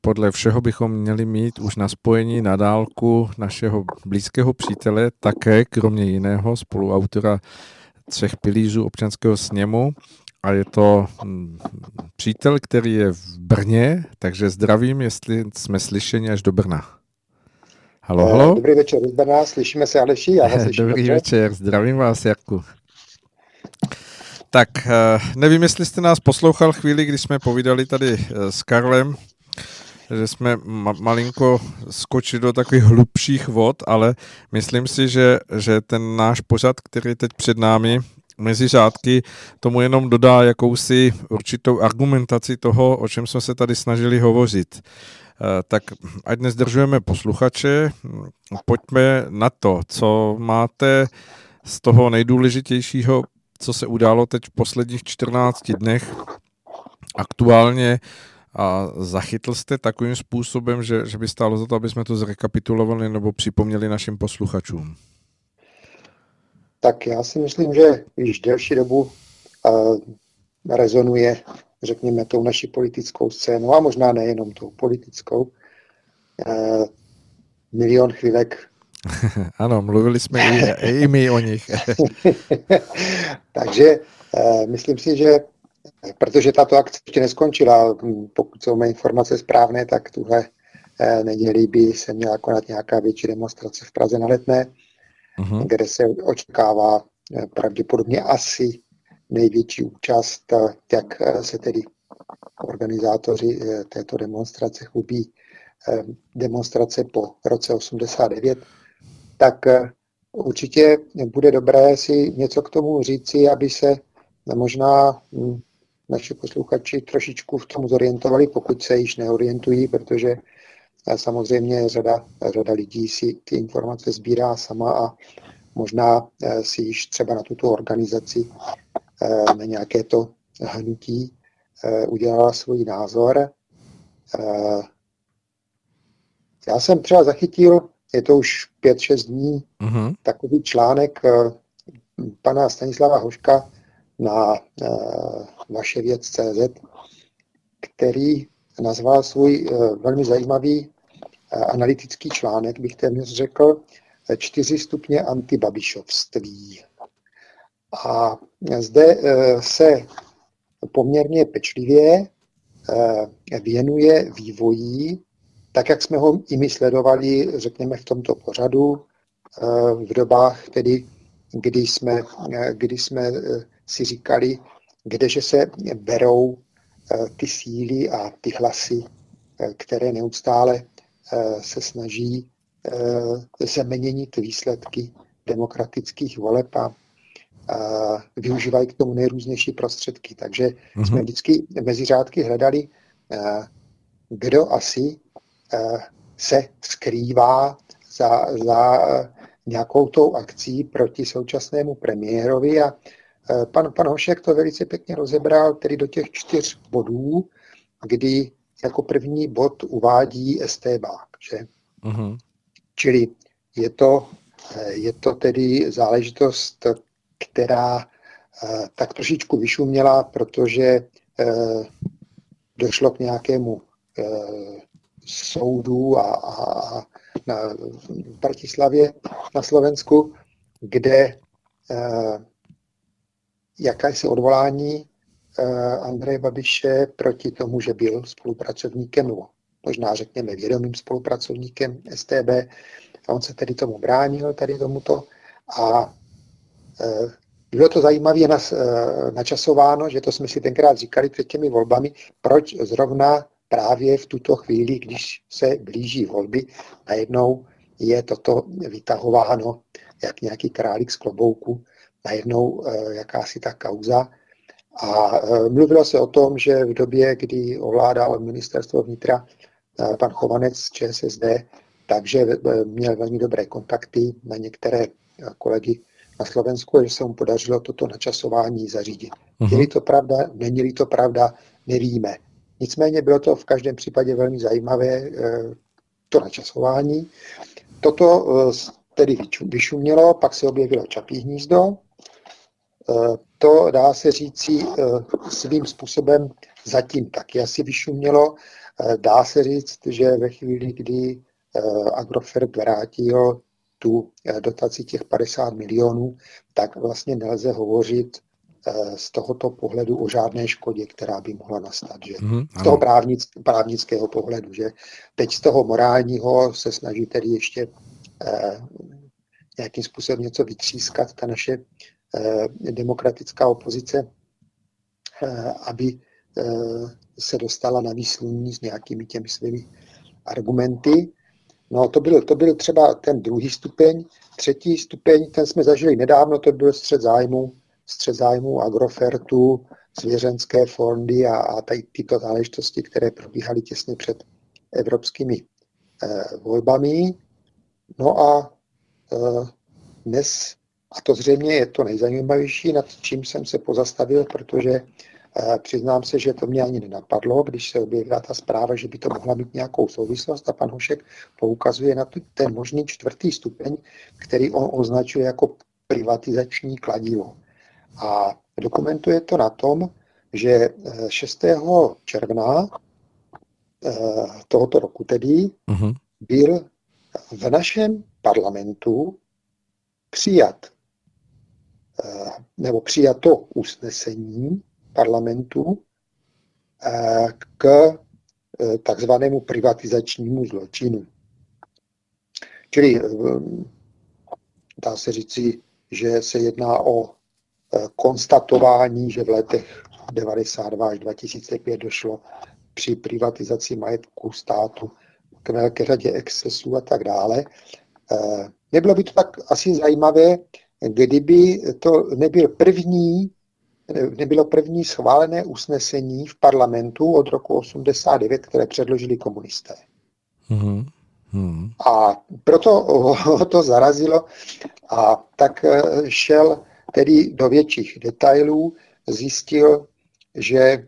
podle všeho bychom měli mít už na spojení na dálku našeho blízkého přítele, také kromě jiného spoluautora 3 pilířů občanského sněmu. A je to přítel, který je v Brně, takže zdravím, jestli jsme slyšeni až do Brna. Halo, halo. Dobrý večer z Brna, slyšíme se, Aleši, já vás slyším. Dobrý večer, zdravím vás, Jarku. Tak, nevím, jestli jste nás poslouchal chvíli, když jsme povídali tady s Karlem, že jsme malinko skočili do takových hlubších vod, ale myslím si, že ten náš pořad, který je teď před námi, mezi řádky, tomu jenom dodá jakousi určitou argumentaci toho, o čem jsme se tady snažili hovořit. Tak ať nezdržujeme posluchače, pojďme na to, co máte z toho nejdůležitějšího, co se událo teď v posledních 14 dnech aktuálně a zachytl jste takovým způsobem, že by stálo za to, aby jsme to zrekapitulovali nebo připomněli našim posluchačům. Tak já si myslím, že již delší dobu rezonuje, řekněme, tou naší politickou scénou, a možná nejenom tou politickou, milion chvílek. Ano, mluvili jsme i my o nich. Takže myslím si, že protože tato akce ještě neskončila, pokud jsou mé informace správné, tak tuhle neděli by se měla konat nějaká větší demonstrace v Praze na Letné, kde se očekává pravděpodobně asi největší účast, jak se tedy organizátoři této demonstrace chlubí, demonstrace po roce 89, tak určitě bude dobré si něco k tomu říci, aby se možná naši posluchači trošičku v tom zorientovali, pokud se již neorientují, protože samozřejmě řada lidí si ty informace sbírá sama a možná si již třeba na tuto organizaci, na nějaké to hnutí udělala svůj názor. Já jsem třeba zachytil, je to už 5-6 dní, takový článek pana Stanislava Hoška na vaševěc.cz, který nazval svůj velmi zajímavý analytický článek, bych téměř řekl, 4 stupně antibabišovství. A zde se poměrně pečlivě věnuje vývoji, tak jak jsme ho i my sledovali, řekněme, v tomto pořadu, v dobách tedy, kdy jsme si říkali, kdeže se berou ty síly a ty hlasy, které neustále se snaží zeměnit výsledky demokratických voleb a využívají k tomu nejrůznější prostředky. Takže jsme vždycky mezi řádky hledali, kdo asi se skrývá za nějakou tou akcí proti současnému premiérovi a pan Hošek to velice pěkně rozebral tedy do těch 4 bodů, kdy jako první bod uvádí estébák, že? Čili je to tedy záležitost, která tak trošičku vyšuměla, protože došlo k nějakému soudu a v Bratislavě na Slovensku, kde jakési odvolání Andreje Babiše proti tomu, že byl spolupracovníkem, nebo možná řekněme vědomým spolupracovníkem StB, a on se tedy tomu bránil, tady tomuto, a bylo to zajímavě načasováno, že to jsme si tenkrát říkali před těmi volbami, proč zrovna právě v tuto chvíli, když se blíží volby, najednou je toto vytahováno jak nějaký králík z klobouku, najednou jakási ta kauza. A mluvilo se o tom, že v době, kdy ovládal ministerstvo vnitra pan Chovanec z ČSSD, takže měl velmi dobré kontakty na některé kolegy na Slovensku, že se mu podařilo toto načasování zařídit. Je-li to pravda, není-li to pravda, nevíme. Nicméně bylo to v každém případě velmi zajímavé, to načasování. Toto tedy vyšumělo, pak se objevilo Čapí hnízdo. To dá se říci svým způsobem zatím taky asi vyšumělo, Dá se říct, že ve chvíli, kdy Agrofert vrátil tu dotaci těch 50 milionů, tak vlastně nelze hovořit z tohoto pohledu o žádné škodě, která by mohla nastat. Že? Z toho právnického pohledu. Že? Teď z toho morálního se snaží tedy ještě nějakým způsobem něco vytřískat ta naše demokratická opozice, aby se dostala na výsluní s nějakými těmi svými argumenty. No to byl třeba ten druhý stupeň. Třetí stupeň, ten jsme zažili nedávno, to byl střet zájmu Agrofertu, svěřenské fondy a tyto záležitosti, které probíhaly těsně před evropskými volbami. No a dnes, a to zřejmě je to nejzajímavější, nad čím jsem se pozastavil, protože přiznám se, že to mě ani nenapadlo, když se objevila ta zpráva, že by to mohla mít nějakou souvislost a pan Hošek poukazuje na ten možný čtvrtý stupeň, který on označuje jako privatizační kladivo. A dokumentuje to na tom, že 6. června tohoto roku tedy byl v našem parlamentu přijato usnesení parlamentu k takzvanému privatizačnímu zločinu. Čili dá se říci, že se jedná o konstatování, že v letech 92 až 2005 došlo při privatizaci majetku státu k velké řadě excesů a tak dále. Nebylo by to tak asi zajímavé, kdyby to nebylo první schválené usnesení v parlamentu od roku 89, které předložili komunisté. A proto ho to zarazilo a tak šel tedy do větších detailů, zjistil, že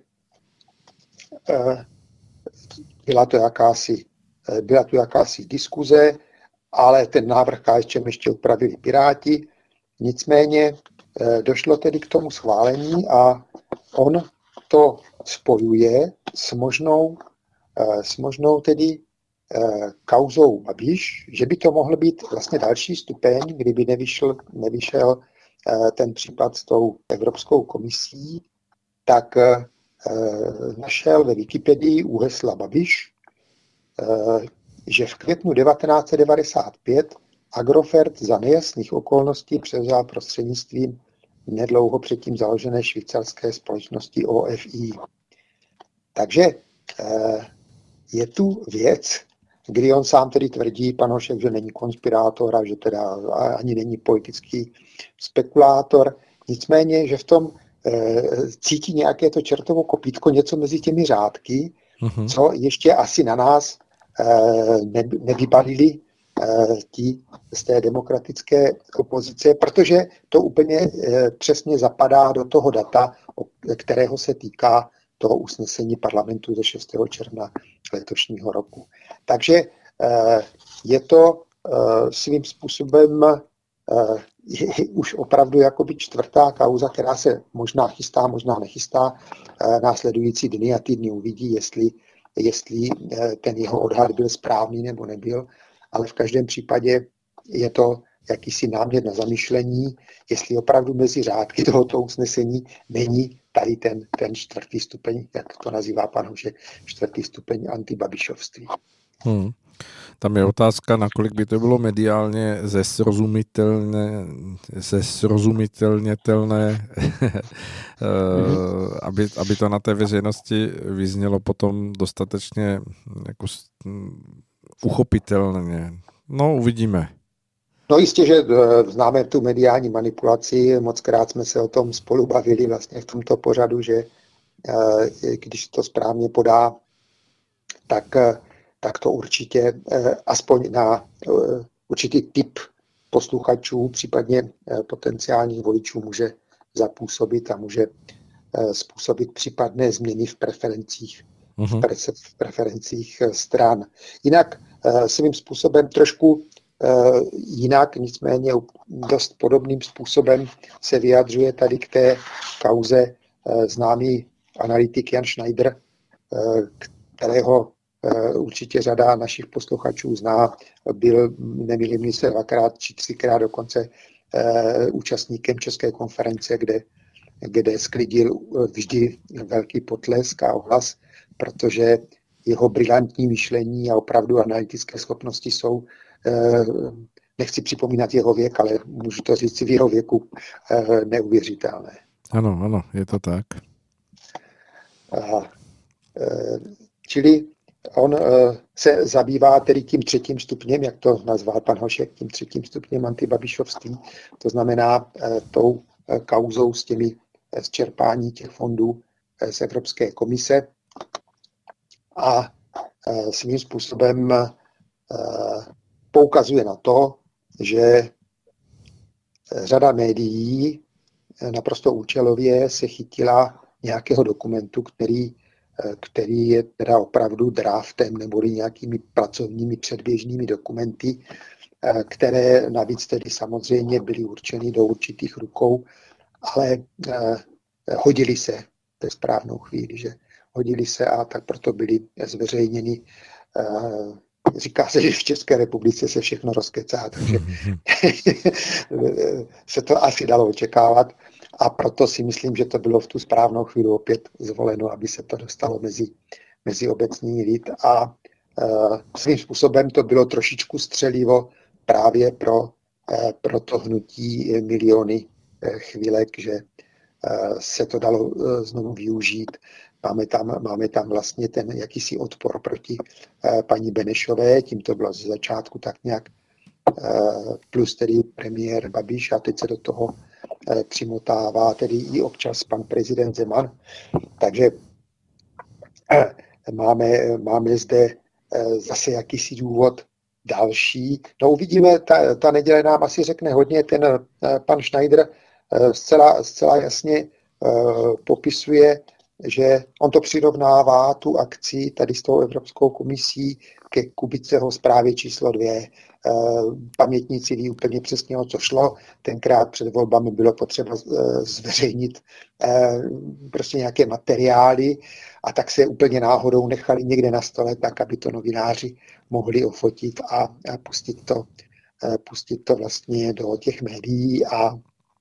byla tu jakási diskuze, ale ten návrh KSČM ještě upravili Piráti. Nicméně došlo tedy k tomu schválení a on to spojuje s možnou tedy kauzou Babiš, že by to mohl být vlastně další stupeň, kdyby nevyšel ten případ s tou Evropskou komisí, tak našel ve Wikipedii u hesla Babiš, že v květnu 1995 Agrofert za nejasných okolností převzal prostřednictvím nedlouho předtím založené švýcarské společnosti OFI. Takže je tu věc, kdy on sám tedy tvrdí, pan Hošek, že není konspirátor a že teda ani není politický spekulátor. Nicméně, že v tom cítí nějaké to čertovo kopítko, něco mezi těmi řádky, co ještě asi na nás nevybalili ti z té demokratické opozice, protože to úplně přesně zapadá do toho data, kterého se týká toho usnesení parlamentu ze 6. června letošního roku. Takže je to svým způsobem už opravdu jakoby čtvrtá kauza, která se možná chystá, možná nechystá. Následující dny a týdny uvidí, jestli ten jeho odhad byl správný nebo nebyl, ale v každém případě je to jakýsi námět na zamyšlení, jestli opravdu mezi řádky tohoto usnesení není tady ten čtvrtý stupeň, jak to nazývá pan Hošek, čtvrtý stupeň antibabišovství. Tam je otázka, nakolik by to bylo mediálně zesrozumitelné, aby to na té veřejnosti vyznělo potom dostatečně jako uchopitelně. No, uvidíme. No jistě, že známe tu mediální manipulaci, mockrát jsme se o tom spolu bavili vlastně v tomto pořadu, že když to správně podá, tak to určitě aspoň na určitý typ posluchačů, případně potenciálních voličů může zapůsobit a může způsobit případné změny v preferencích stran. Jinak svým způsobem trošku jinak, nicméně dost podobným způsobem se vyjadřuje tady k té kauze známý analytik Jan Schneider, kterého určitě řada našich posluchačů zná, byl, nemýlím se, 2krát či 3krát dokonce účastníkem České konference, kde sklidil vždy velký potlesk a ohlas, protože jeho brilantní myšlení a opravdu analytické schopnosti jsou, nechci připomínat jeho věk, ale můžu to říct v jeho věku, neuvěřitelné. Ano, je to tak. Čili on se zabývá tedy tím 3. stupněm, jak to nazval pan Hošek, tím 3. stupněm antibabišovství, to znamená tou kauzou s čerpání těch fondů z Evropské komise a svým způsobem poukazuje na to, že řada médií naprosto účelově se chytila nějakého dokumentu, který je teda opravdu draftem nebo nějakými pracovními předběžnými dokumenty, které navíc tedy samozřejmě byly určeny do určitých rukou, ale hodili se ve správnou chvíli, že hodili se a tak proto byly zveřejněny. Říká se, že v České republice se všechno rozkecá, takže se to asi dalo očekávat a proto si myslím, že to bylo v tu správnou chvíli opět zvoleno, aby se to dostalo mezi obecný lid a svým způsobem to bylo trošičku střelivo právě pro to hnutí Miliony chvílek, že se to dalo znovu využít. Máme tam vlastně ten jakýsi odpor proti paní Benešové, tím to bylo ze začátku tak nějak, plus tedy premiér Babiš a teď se do toho přimotává tedy i občas pan prezident Zeman. Takže máme zde zase jakýsi důvod další. No uvidíme, ta neděle nám asi řekne hodně, ten pan Schneider zcela jasně popisuje, že on to přirovnává tu akci tady s tou Evropskou komisí ke Kubiceho zprávě číslo 2. Pamětníci ví úplně přesně, o co šlo. Tenkrát před volbami bylo potřeba zveřejnit prostě nějaké materiály a tak se úplně náhodou nechali někde na stole, tak aby to novináři mohli ofotit a pustit to vlastně do těch médií a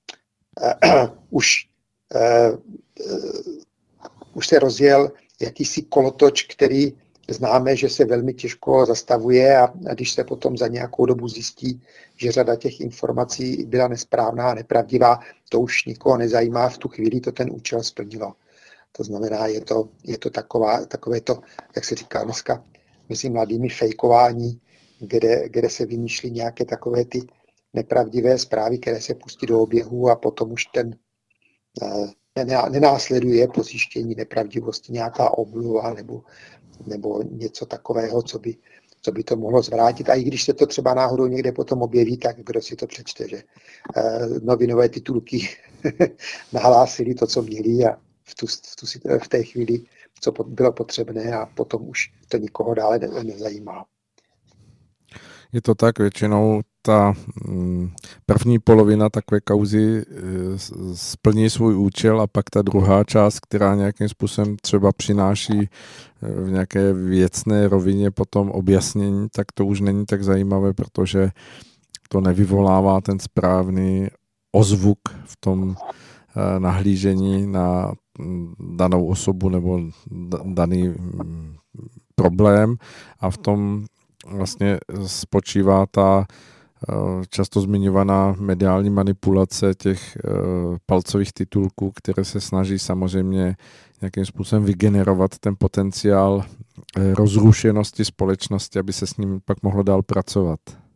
už se rozjel jakýsi kolotoč, který známe, že se velmi těžko zastavuje a když se potom za nějakou dobu zjistí, že řada těch informací byla nesprávná a nepravdivá, to už nikoho nezajímá, v tu chvíli to ten účel splnilo. To znamená, je to takové to, jak se říká dneska, mezi mladými fejkování, kde se vymýšlí nějaké takové ty nepravdivé zprávy, které se pustí do oběhu a potom už ten nenásleduje po zjištění nepravdivosti nějaká omluva nebo něco takového, co by to mohlo zvrátit. A i když se to třeba náhodou někde potom objeví, tak kdo si to přečte, že novinové titulky nahlásili to, co měli a v té chvíli, co bylo potřebné a potom už to nikoho dále nezajímá. Je to tak, většinou ta první polovina takové kauzy splní svůj účel a pak ta druhá část, která nějakým způsobem třeba přináší v nějaké věcné rovině potom objasnění, tak to už není tak zajímavé, protože to nevyvolává ten správný ozvuk v tom nahlížení na danou osobu nebo daný problém a v tom vlastně spočívá ta často zmiňovaná mediální manipulace těch palcových titulků, které se snaží samozřejmě nějakým způsobem vygenerovat ten potenciál rozrušenosti společnosti, aby se s ním pak mohlo dál pracovat.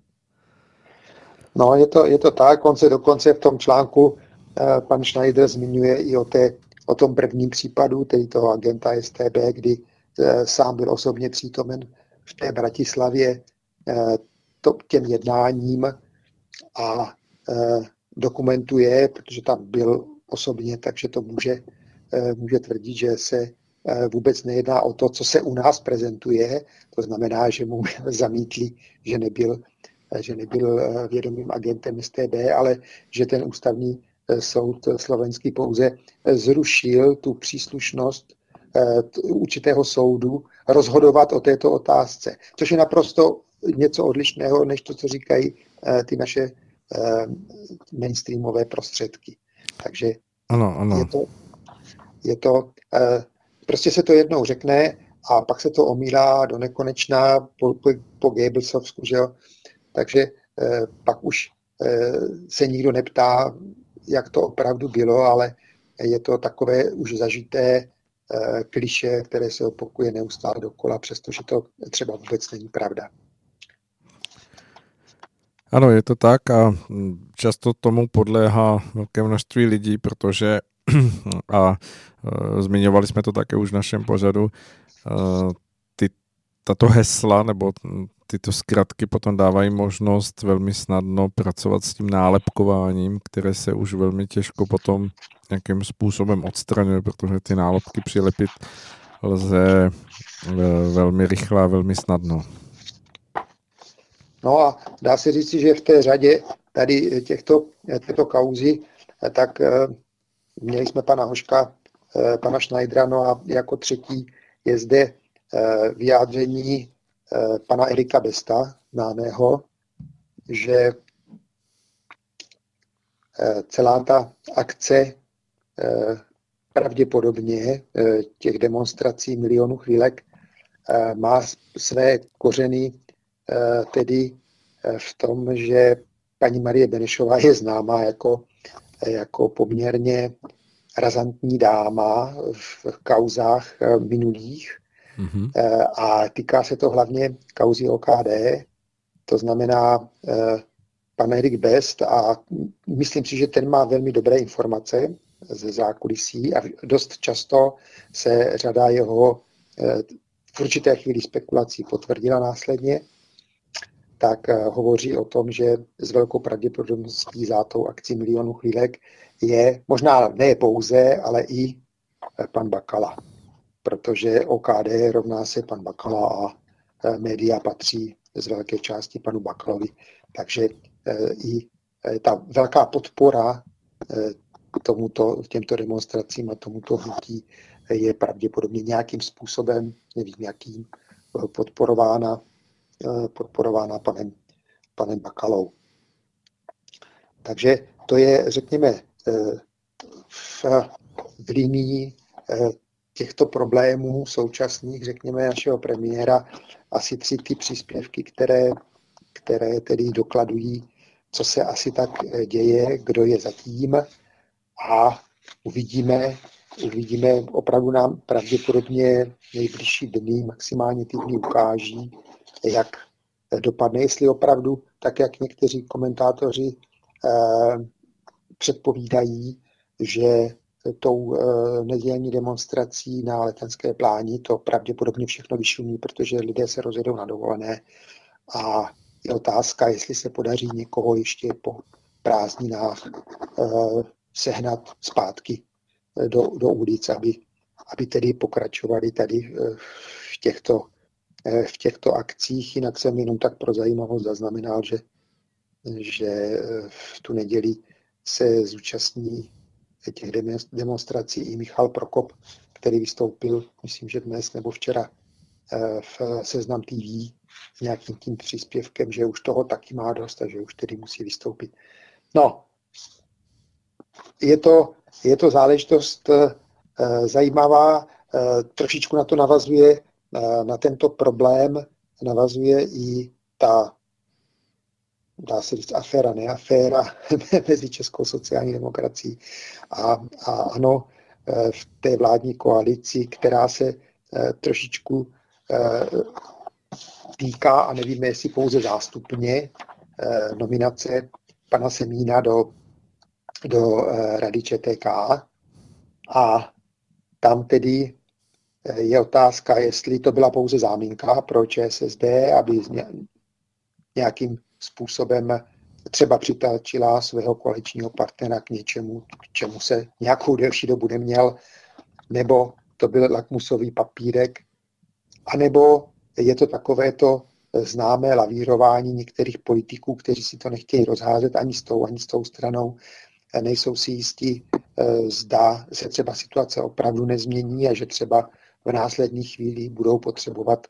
No, je to tak, on se dokonce v tom článku pan Schneider zmiňuje i o tom prvním případu, tedy toho agenta StB, kdy sám byl osobně přítomen v té Bratislavě těm jednáním a dokumentuje, protože tam byl osobně, takže to může tvrdit, že se vůbec nejedná o to, co se u nás prezentuje, to znamená, že mu zamítli, že nebyl vědomým agentem StB, ale že ten ústavní soud slovenský pouze zrušil tu příslušnost určitého soudu rozhodovat o této otázce. Což je naprosto něco odlišného, než to, co říkají ty naše mainstreamové prostředky. Takže ano. Prostě se to jednou řekne a pak se to omílá do nekonečna po Goebbelsovsku, že jo? Takže pak už se nikdo neptá, jak to opravdu bylo, ale je to takové už zažité klišé, které se opakuje neustále dokola, přestože to třeba vůbec není pravda. Ano, je to tak a často tomu podléhá velké množství lidí, protože a zmiňovali jsme to také už v našem pořadu, tato hesla nebo tyto zkratky potom dávají možnost velmi snadno pracovat s tím nálepkováním, které se už velmi těžko potom nějakým způsobem odstraňuje, protože ty nálepky přilepit lze velmi rychle a velmi snadno. No a dá se říct, že v té řadě tady této kauzy, tak měli jsme pana Hoška, pana Schneidera, no a jako třetí je zde vyjádření pana Erika Besta, známého, že celá ta akce pravděpodobně těch demonstrací milionů chvílek má své kořeny tedy v tom, že paní Marie Benešová je známá jako poměrně razantní dáma v kauzách minulých. Mm-hmm. A týká se to hlavně kauzy OKD, to znamená pan Erik Best, a myslím si, že ten má velmi dobré informace ze zákulisí a dost často se řada jeho v určité chvíli spekulací potvrdila následně, tak hovoří o tom, že s velkou pravděpodobností za tou akcí milionů chvílek je, možná ne pouze, ale i pan Bakala. Protože OKD rovná se pan Bakala a média patří z velké části panu Bakalovi. Takže i ta velká podpora těmto demonstracím a tomuto hnutí je pravděpodobně nějakým způsobem, nevím jakým, podporována panem Bakalou. Takže to je, řekněme, v linii těchto problémů současných, řekněme, našeho premiéra asi 3 ty příspěvky, které tedy dokladují, co se asi tak děje, kdo je zatím, a uvidíme, opravdu nám pravděpodobně nejbližší dny, maximálně týdny ukáží, jak dopadne, jestli opravdu, tak jak někteří komentátoři předpovídají, že tou nedělní demonstrací na Letenské pláni to pravděpodobně všechno vyšumí, protože lidé se rozjedou na dovolené a je otázka, jestli se podaří někoho ještě po prázdninách sehnat zpátky do ulic, aby tedy pokračovali tady v těchto akcích. Jinak jsem jenom tak pro zajímavost zaznamenal, že v tu neděli se zúčastní těch demonstrací i Michal Prokop, který vystoupil, myslím, že dnes nebo včera v Seznam TV s nějakým tím příspěvkem, že už toho taky má dost a že už tedy musí vystoupit. No, je to záležitost zajímavá, trošičku na to navazuje, na tento problém navazuje i ta, dá se říct, aféra, neaféra mezi Českou sociální demokracií a ANO v té vládní koalici, která se trošičku týká, a nevíme, jestli pouze zástupně, nominace pana Semína do Rady ČTK. A tam tedy je otázka, jestli to byla pouze záminka pro ČSSD, aby nějakým způsobem třeba přitlačila svého koaličního partnera k něčemu, k čemu se nějakou delší dobu neměl, nebo to byl lakmusový papírek, anebo je to takovéto známé lavírování některých politiků, kteří si to nechtějí rozházet ani s tou stranou, nejsou si jistí, zda se třeba situace opravdu nezmění a že třeba v následných chvílích budou potřebovat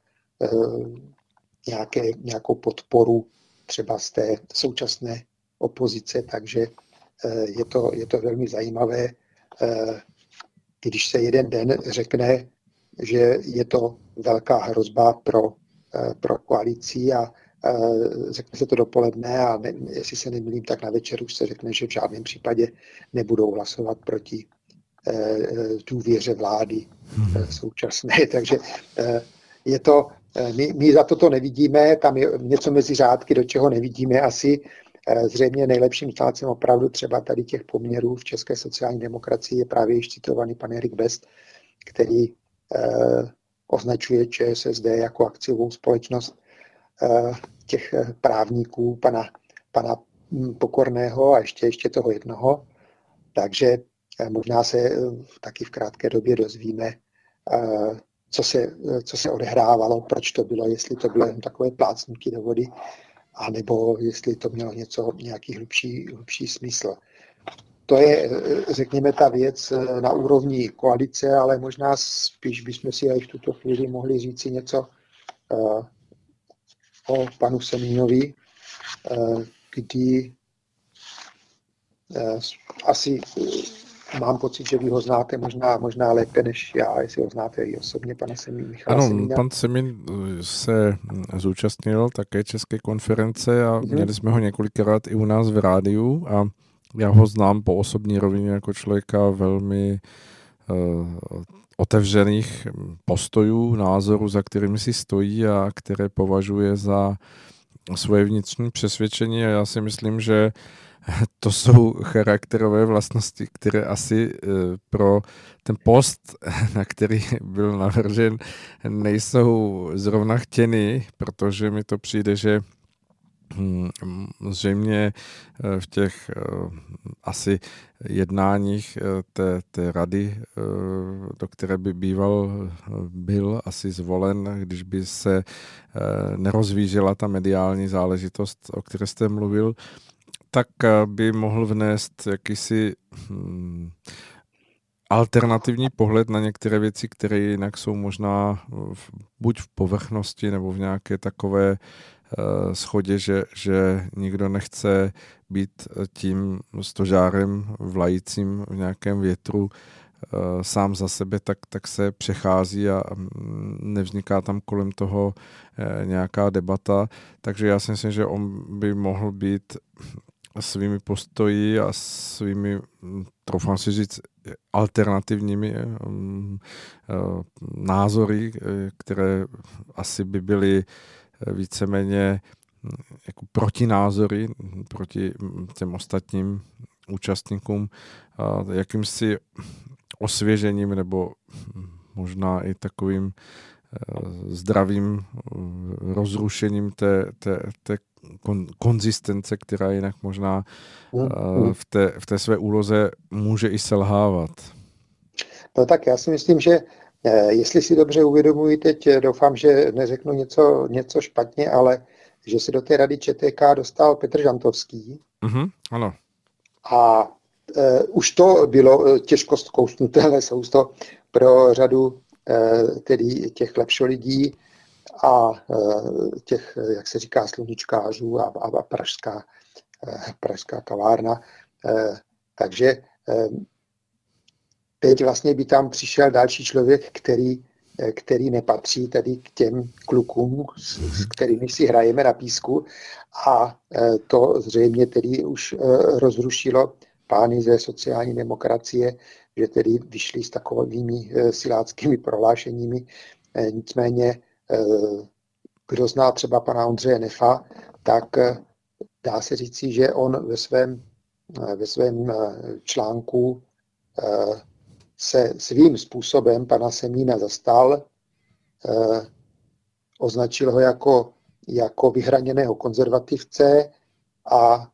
nějakou podporu třeba z té současné opozice, takže je to velmi zajímavé, když se jeden den řekne, že je to velká hrozba pro koalici a řekne se to dopoledne a jestli se nemýlím, tak na večer už se řekne, že v žádném případě nebudou hlasovat proti důvěře vlády současné. Takže je to, my za toto nevidíme, tam je něco mezi řádky, do čeho nevidíme asi. Zřejmě nejlepším znalcem opravdu třeba tady těch poměrů v české sociální demokracii je právě již citovaný pan Erik Best, který označuje ČSSD jako akciovou společnost těch právníků, pana Pokorného a ještě toho jednoho. Takže možná se taky v krátké době dozvíme, co se odehrávalo, proč to bylo, jestli to bylo jen takové plácnutí do vody, anebo jestli to mělo nějaký hlubší smysl. To je, řekněme, ta věc na úrovni koalice, ale možná spíš bychom si i v tuto chvíli mohli říci něco o panu Semínovi, kdy asi mám pocit, že vy ho znáte možná lépe než já, jestli ho znáte i osobně, pana Michala Semína. Pan Semín se zúčastnil také České konference a měli jsme ho několikrát i u nás v rádiu a já ho znám po osobní rovině jako člověka velmi otevřených postojů, názorů, za kterými si stojí a které považuje za svoje vnitřní přesvědčení a já si myslím, že to jsou charakterové vlastnosti, které asi pro ten post, na který byl navržen, nejsou zrovna chtěny, protože mi to přijde, že zřejmě v těch asi jednáních té rady, do které by byl asi zvolen, když by se nerozvířila ta mediální záležitost, o které jste mluvil, tak by mohl vnést jakýsi alternativní pohled na některé věci, které jinak jsou možná buď v povrchnosti nebo v nějaké takové shodě, že nikdo nechce být tím stožárem vlajícím v nějakém větru sám za sebe, tak se přechází a nevzniká tam kolem toho nějaká debata. Takže já si myslím, že on by mohl být svými postoji a svými, troufám si říct, alternativními názory, které asi by byly víceméně jako protinázory proti těm ostatním účastníkům, jakýmsi osvěžením nebo možná i takovým zdravým rozrušením té konzistence, která jinak možná v té své úloze může i selhávat. No tak já si myslím, že jestli si dobře uvědomuji, teď doufám, že neřeknu něco špatně, ale že se do té rady ČTK dostal Petr Žantovský. Ano. A už to bylo těžko zkousnutelné sousto pro řadu tedy těch lepšolidí a těch, jak se říká, sluníčkářů a pražská kavárna. Takže teď vlastně by tam přišel další člověk, který nepatří tady k těm klukům, s kterými si hrajeme na písku. A to zřejmě tedy už rozrušilo pány ze sociální demokracie, že tedy vyšli s takovými siláckými prohlášeními. Nicméně, kdo zná třeba pana Ondřeje Nefa, tak dá se říci, že on ve svém článku se svým způsobem pana Semína zastal, označil ho jako vyhraněného konzervativce a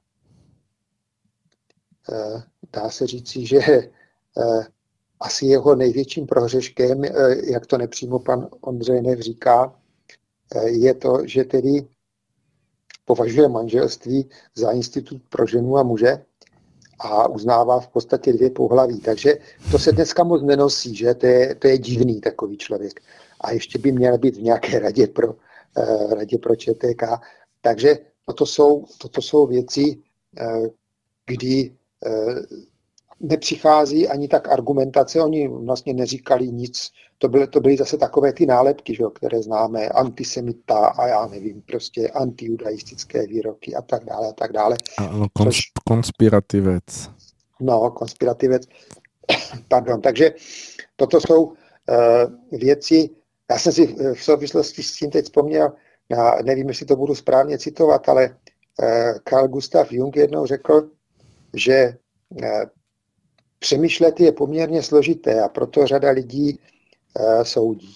dá se říci, že asi jeho největším prohřeškem, jak to nepřímo pan Ondřej Nef říká, je to, že tedy považuje manželství za institut pro ženu a muže a uznává v podstatě dvě pohlaví. Takže to se dneska moc nenosí, že? To je divný takový člověk. A ještě by měl být v nějaké radě pro ČTK. Takže toto jsou věci, kdy nepřichází ani tak argumentace, oni vlastně neříkali nic, to byly zase takové ty nálepky, že, které známe, antisemita a já nevím, prostě antijudaistické výroky a tak dále a tak dále. Ano, konspirativec. No, konspirativec, pardon, takže toto jsou věci, já jsem si v souvislosti s tím teď vzpomněl, já nevím, jestli to budu správně citovat, ale Carl Gustav Jung jednou řekl, že přemýšlet je poměrně složité a proto řada lidí soudí.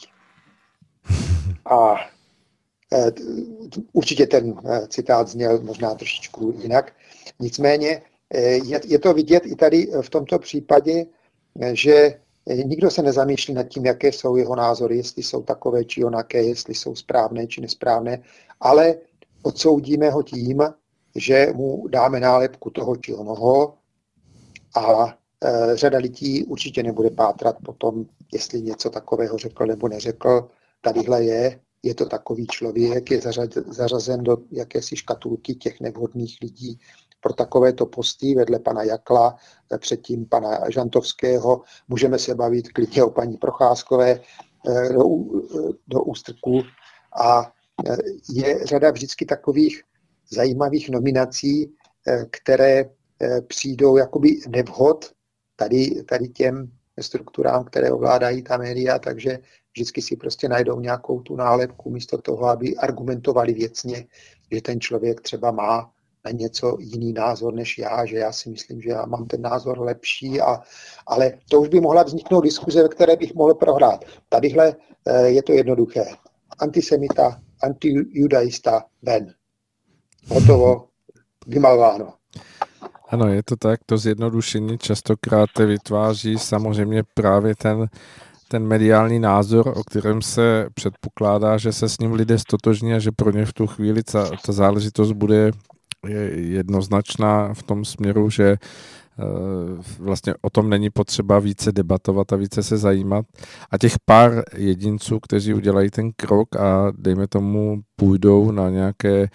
A určitě ten citát zněl možná trošičku jinak. Nicméně je to vidět i tady v tomto případě, že nikdo se nezamýšlí nad tím, jaké jsou jeho názory, jestli jsou takové či onaké, jestli jsou správné či nesprávné, ale odsoudíme ho tím, že mu dáme nálepku toho či onoho a řada lidí určitě nebude pátrat po tom, jestli něco takového řekl nebo neřekl. Tadyhle je to takový člověk, je zařazen do jakési škatulky těch nevhodných lidí pro takovéto posty vedle pana Jakla, předtím pana Žantovského. Můžeme se bavit klidně o paní Procházkové do ústrku. A je řada vždycky takových zajímavých nominací, které přijdou jakoby nevhod tady těm strukturám, které ovládají ta média, takže vždycky si prostě najdou nějakou tu nálepku místo toho, aby argumentovali věcně, že ten člověk třeba má na něco jiný názor než já, že já si myslím, že já mám ten názor lepší, ale to už by mohla vzniknout diskuze, ve které bych mohl prohrát. Tadyhle je to jednoduché. Antisemita, antijudaista, ven. Hotovo, vymalováno. Ano, je to tak, to zjednodušení častokrát vytváří samozřejmě právě ten mediální názor, o kterém se předpokládá, že se s ním lidé stotožní a že pro ně v tu chvíli ta záležitost bude jednoznačná v tom směru, že vlastně o tom není potřeba více debatovat a více se zajímat. A těch pár jedinců, kteří udělají ten krok a dejme tomu půjdou na nějaké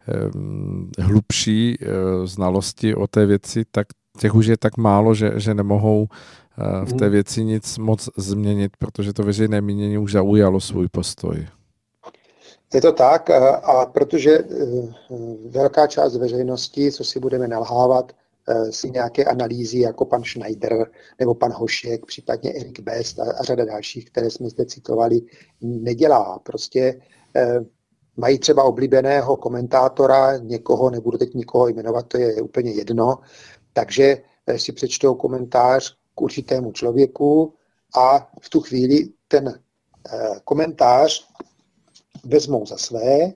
hlubší znalosti o té věci, tak těch už je tak málo, že nemohou v té věci nic moc změnit, protože to veřejné mínění už zaujalo svůj postoj. Je to tak, a protože velká část veřejnosti, co si budeme nalhávat, si nějaké analýzy jako pan Schneider nebo pan Hošek, případně Erik Best a řada dalších, které jsme zde citovali, nedělá. Prostě mají třeba oblíbeného komentátora, někoho, nebudu teď nikoho jmenovat, to je úplně jedno, takže si přečtou komentář k určitému člověku a v tu chvíli ten komentář vezmou za své,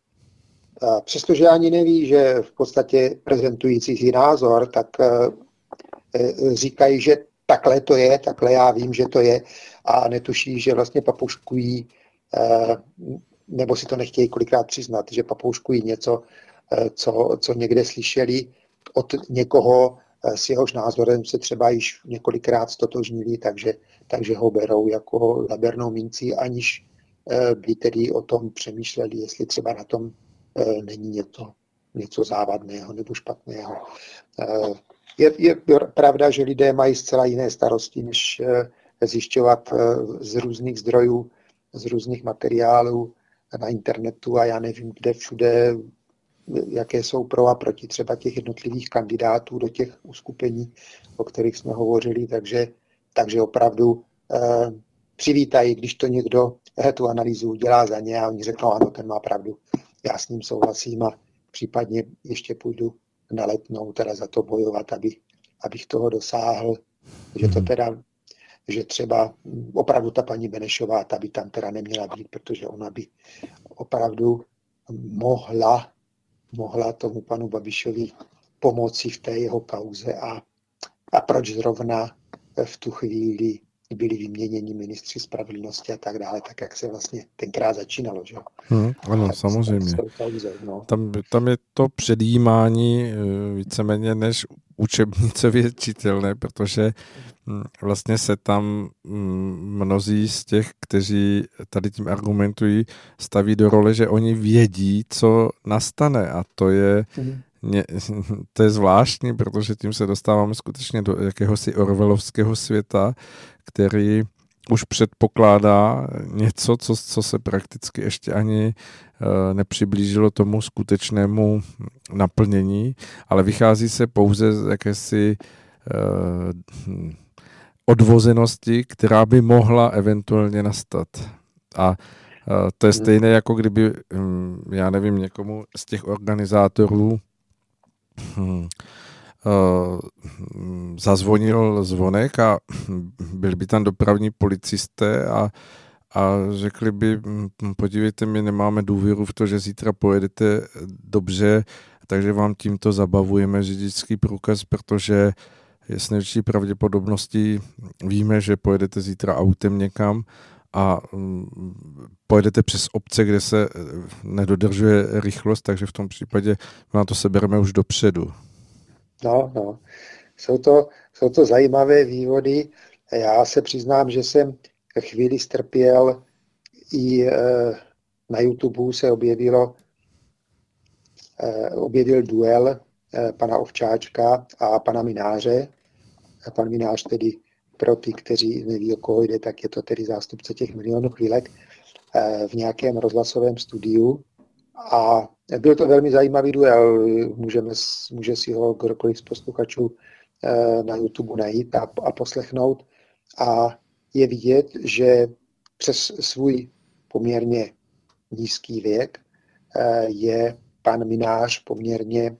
přestože ani neví, že v podstatě prezentují cizí názor, tak říkají, že takhle to je, takhle já vím, že to je a netuší, že vlastně papouškují, nebo si to nechtějí kolikrát přiznat, že papouškují něco, co někde slyšeli od někoho, s jehož názorem se třeba již několikrát stotožnili, takže ho berou jako labernou minci, aniž by tedy o tom přemýšleli, jestli třeba na tom není něco závadného nebo špatného. Je pravda, že lidé mají zcela jiné starosti, než zjišťovat z různých zdrojů, z různých materiálů na internetu a já nevím, kde všude, jaké jsou pro a proti třeba těch jednotlivých kandidátů do těch uskupení, o kterých jsme hovořili, takže opravdu přivítají, když to někdo tu analýzu udělá za ně a oni řeknou, ano, ten má pravdu, já s ním souhlasím a případně ještě půjdu na Letnou teda za to bojovat, abych toho dosáhl, že to teda, že třeba opravdu ta paní Benešová, ta by tam teda neměla být, protože ona by opravdu mohla tomu panu Babišovi pomoci v té jeho kauze a proč zrovna v tu chvíli byli vyměněni ministři spravedlnosti a tak dále, tak jak se vlastně tenkrát začínalo. Že? Ano, samozřejmě. No. Tam je to předjímání víceméně než učebnicově čitelné, protože vlastně se tam mnozí z těch, kteří tady tím argumentují, staví do role, že oni vědí, co nastane, a to je zvláštní, protože tím se dostáváme skutečně do jakéhosi orwellovského světa, který už předpokládá něco, co se prakticky ještě ani nepřiblížilo tomu skutečnému naplnění, ale vychází se pouze z jakési odvozenosti, která by mohla eventuálně nastat. A to je stejné, jako kdyby, já nevím, někomu z těch organizátorů zazvonil zvonek a byli by tam dopravní policisté a řekli by, podívejte, my nemáme důvěru v to, že zítra pojedete dobře, takže vám tímto zabavujeme řidičský průkaz, protože je s největší pravděpodobností víme, že pojedete zítra autem někam a pojedete přes obce, kde se nedodržuje rychlost, takže v tom případě vám to sebereme už dopředu. No. Jsou to zajímavé vývody. Já se přiznám, že jsem chvíli strpěl, i na YouTube se objevil duel pana Ovčáčka a pana Mináře. Pan Minář tedy, pro ty, kteří neví, o koho jde, tak je to tedy zástupce těch milionů chvílek v nějakém rozhlasovém studiu. A byl to velmi zajímavý duel. Může si ho kdokoliv z posluchačů na YouTube najít a poslechnout. A je vidět, že přes svůj poměrně nízký věk je pan Minář poměrně,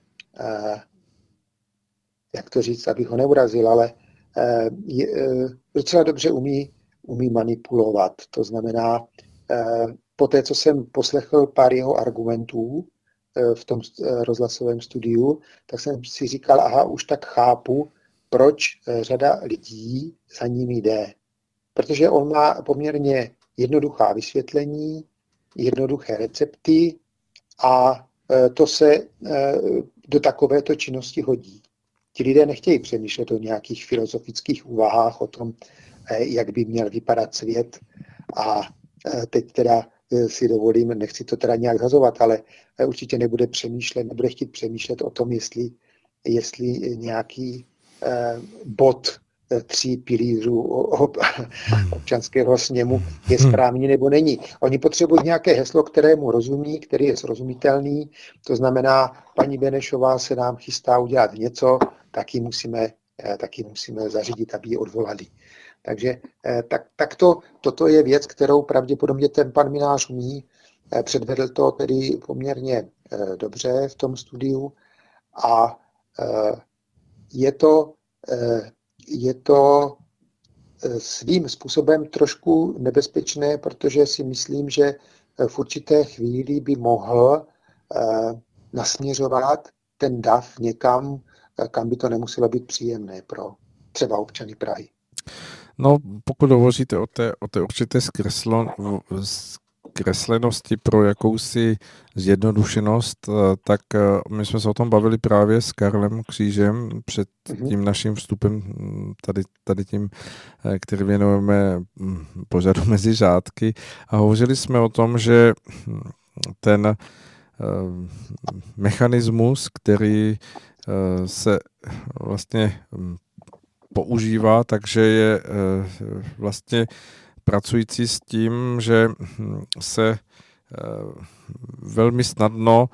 jak to říct, abych ho neurazil, ale docela dobře umí manipulovat. To znamená, po té, co jsem poslechl pár jeho argumentů v tom rozhlasovém studiu, tak jsem si říkal, aha, už tak chápu, proč řada lidí za ním jde. Protože on má poměrně jednoduchá vysvětlení, jednoduché recepty a to se do takovéto činnosti hodí. Ti lidé nechtějí přemýšlet o nějakých filozofických úvahách, o tom, jak by měl vypadat svět. A teď teda si dovolím, nechci to teda nějak hazovat, ale určitě nebude chtít přemýšlet o tom, jestli nějaký bod 3 pilířů občanského sněmu je správný nebo není. Oni potřebují nějaké heslo, kterému rozumí, který je srozumitelný. To znamená, paní Benešová se nám chystá udělat něco, taky musíme zařídit, aby ji odvolali. Takže toto je věc, kterou pravděpodobně ten pan Minář umí. Předvedl to tedy poměrně dobře v tom studiu a je to svým způsobem trošku nebezpečné, protože si myslím, že v určité chvíli by mohl nasměřovat ten dav někam, kam by to nemuselo být příjemné pro třeba občany Prahy. No, pokud hovoříte o té určité zkreslenosti pro jakousi zjednodušenost, tak my jsme se o tom bavili právě s Karlem Křížem před tím naším vstupem, tady tím, který věnujeme pořadu Mezi řádky, a hovořili jsme o tom, že ten mechanismus, který se vlastně používá, takže je vlastně pracující s tím, že se velmi snadno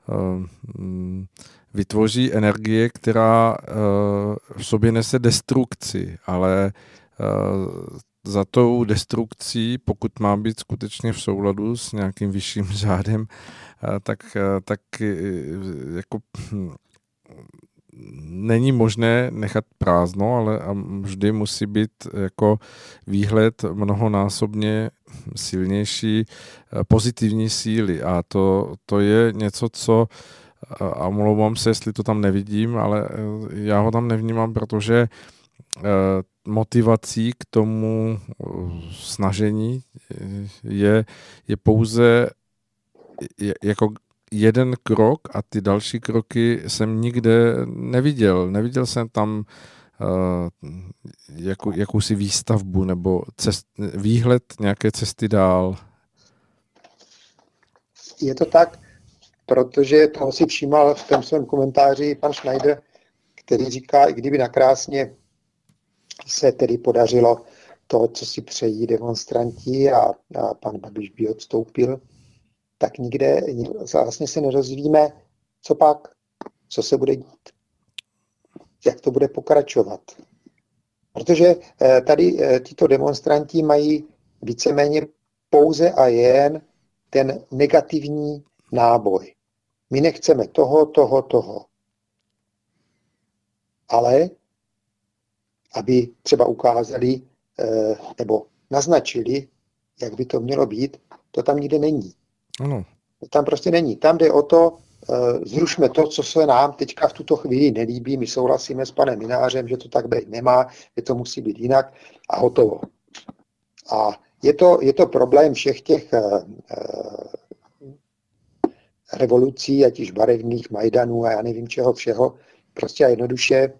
vytvoří energie, která v sobě nese destrukci, ale za tou destrukcí, pokud má být skutečně v souladu s nějakým vyšším řádem, tak jako není možné nechat prázdno, ale vždy musí být jako výhled mnohonásobně silnější pozitivní síly. A to je něco, co, a omlouvám se, jestli to tam nevidím, ale já ho tam nevnímám, protože motivací k tomu snažení je pouze jako jeden krok a ty další kroky jsem nikde neviděl. Neviděl jsem tam jakousi výstavbu nebo výhled nějaké cesty dál. Je to tak, protože toho si všímal v tom svém komentáři pan Schneider, který říká, i kdyby nakrásně se tedy podařilo to, co si přejí demonstranti a pan Babiš by odstoupil, tak nikde vlastně se nerozvíme, co pak, co se bude dít, jak to bude pokračovat. Protože tady tito demonstranti mají víceméně pouze a jen ten negativní náboj. My nechceme toho. Ale aby třeba ukázali nebo naznačili, jak by to mělo být, to tam nikde není. Ano. To tam prostě není. Tam jde o to, zrušme to, co se nám teďka v tuto chvíli nelíbí. My souhlasíme s panem Minářem, že to tak být nemá, že to musí být jinak a hotovo. A je to problém všech těch revolucí, ať již barevných, Majdanů a já nevím čeho všeho. Prostě a jednoduše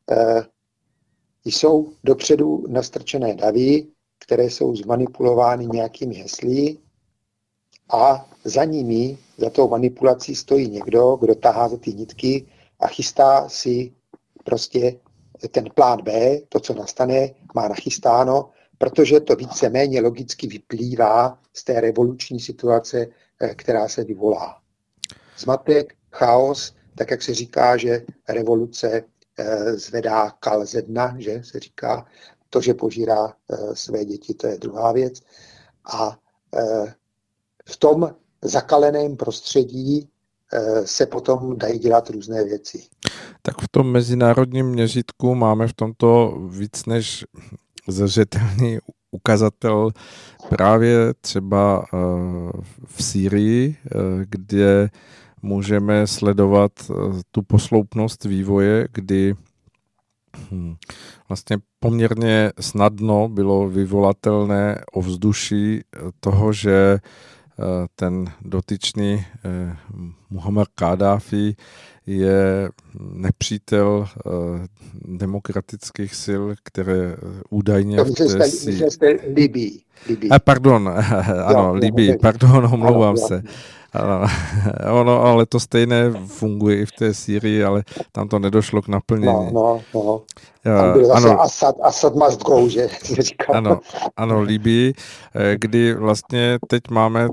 jsou dopředu nastrčené davy, které jsou zmanipulovány nějakými hesly a za nimi, za tou manipulací stojí někdo, kdo tahá za ty nitky a chystá si prostě ten plán B, to, co nastane, má nachystáno, protože to víceméně logicky vyplývá z té revoluční situace, která se vyvolá. Zmatek, chaos, tak jak se říká, že revoluce zvedá kal ze dna, že se říká, to, že požírá své děti, to je druhá věc. A v tom zakaleném prostředí se potom dají dělat různé věci. Tak v tom mezinárodním měřítku máme v tomto víc než zřetelný ukazatel právě třeba v Sýrii, kde můžeme sledovat tu posloupnost vývoje, kdy vlastně poměrně snadno bylo vyvolatelné ovzduší toho, že ten dotyčný Muammar Kaddáfi je nepřítel demokratických sil, které údajně Libii. Pardon, ano, Libii, pardon, omlouvám se. Ono, ale to stejné funguje i v té Sýrii, ale tam to nedošlo k naplnění. No. Tam byl zase Assad must go, že říkal. Ano, Libii, kdy vlastně teď máme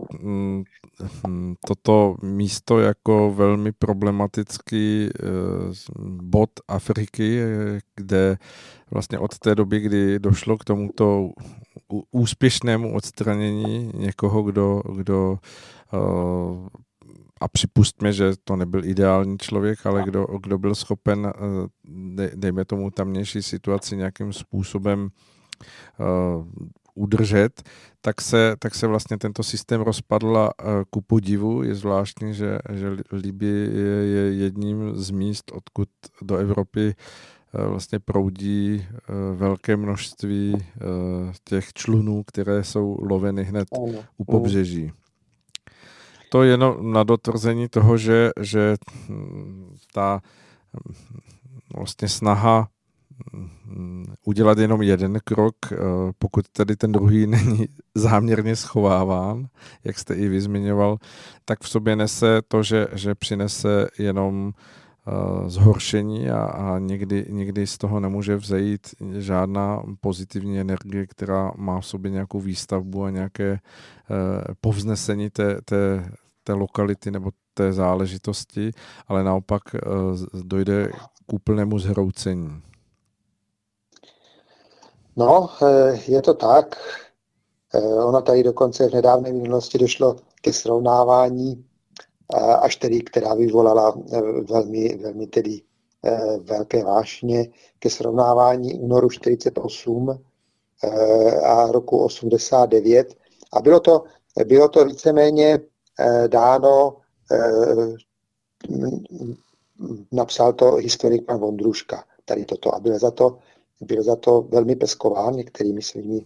toto místo jako velmi problematický bod Afriky, kde vlastně od té doby, kdy došlo k tomuto úspěšnému odstranění někoho, kdo a připustme, že to nebyl ideální člověk, ale kdo byl schopen, dejme tomu tamnější situaci nějakým způsobem udržet, tak se vlastně tento systém rozpadl a ku podivu je zvláštní, že Libye je jedním z míst, odkud do Evropy vlastně proudí velké množství těch člunů, které jsou loveny hned u pobřeží. To je na dotvrzení toho, že ta vlastně snaha udělat jenom jeden krok, pokud tady ten druhý není záměrně schováván, jak jste i vy zmiňoval, tak v sobě nese to, že přinese jenom zhoršení a někdy z toho nemůže vzejít žádná pozitivní energie, která má v sobě nějakou výstavbu a nějaké povznesení té lokality nebo té záležitosti, ale naopak dojde k úplnému zhroucení. No, je to tak. Ono tady dokonce v nedávné minulosti došlo ke srovnávání, až tedy, která vyvolala velmi tedy velké vášně, ke srovnávání únoru 48 a roku 89. A bylo to víceméně dáno, napsal to historik pan Vondruška, tady toto, a byl za to byl za to velmi peskován některými svými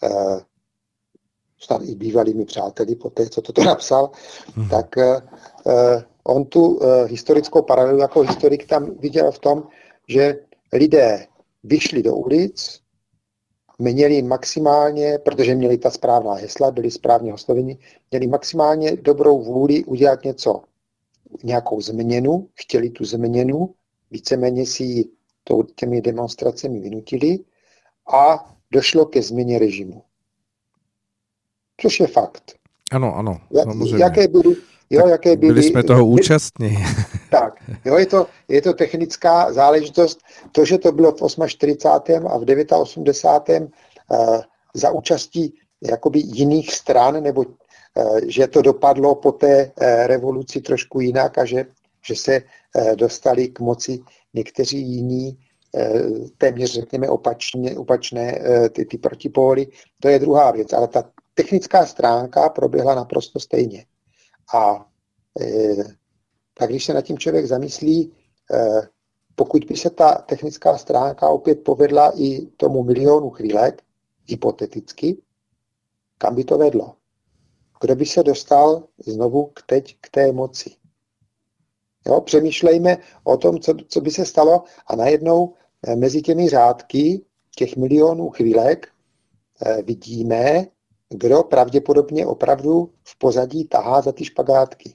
snad i bývalými přáteli po té, co toto napsal, tak on tu historickou paralelu jako historik tam viděl v tom, že lidé vyšli do ulic, měli maximálně, protože měli ta správná hesla, byli správně osloveni, měli maximálně dobrou vůli udělat něco, nějakou změnu, chtěli tu změnu, víceméně si ji těmi demonstracemi vynutili a došlo ke změně režimu. Což je fakt. Ano, samozřejmě. Jaké byli jsme toho účastní. Tak, je to technická záležitost. To, že to bylo v 48. a v 89. Za účastí jakoby jiných stran, nebo že to dopadlo po té revoluci trošku jinak a že se dostali k moci někteří jiní, téměř řekněme opačné ty protipóly, to je druhá věc. Ale ta technická stránka proběhla naprosto stejně. A tak když se nad tím člověk zamyslí, pokud by se ta technická stránka opět povedla i tomu milionu chvílek, hypoteticky, kam by to vedlo? Kdo by se dostal znovu k té moci? Jo, přemýšlejme o tom, co by se stalo a najednou mezi těmi řádky těch milionů chvílek vidíme, kdo pravděpodobně opravdu v pozadí tahá za ty špagátky.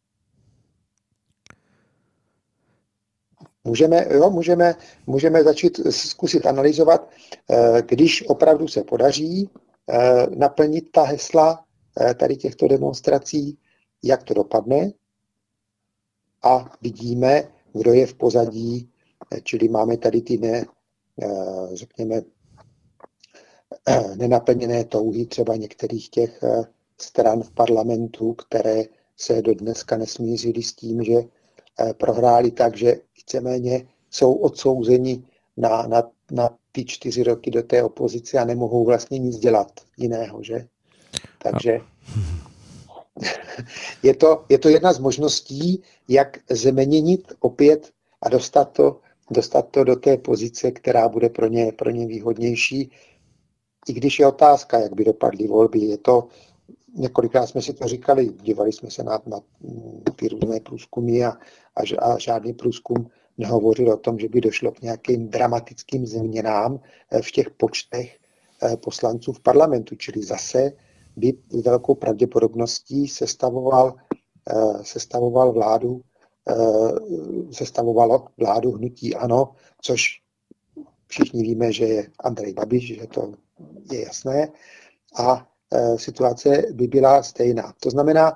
Můžeme začít zkusit analyzovat, když opravdu se podaří naplnit ta hesla tady těchto demonstrací, jak to dopadne a vidíme, kdo je v pozadí, čili máme tady ty řekněme, nenaplněné touhy třeba některých těch stran v parlamentu, které se do dneska nesmířily s tím, že prohráli tak, že víceméně jsou odsouzeni na ty 4 roky do té opozice a nemohou vlastně nic dělat jiného, že? Takže je to jedna z možností, jak změnit opět a dostat to do té pozice, která bude pro ně výhodnější. I když je otázka, jak by dopadly volby, je to, několikrát jsme si to říkali, dívali jsme se na ty různé průzkumy a žádný průzkum nehovořil o tom, že by došlo k nějakým dramatickým změnám v těch počtech poslanců v parlamentu, čili zase by s velkou pravděpodobností sestavovalo vládu hnutí ANO, což všichni víme, že je Andrej Babiš, že to je jasné, a situace by byla stejná. To znamená,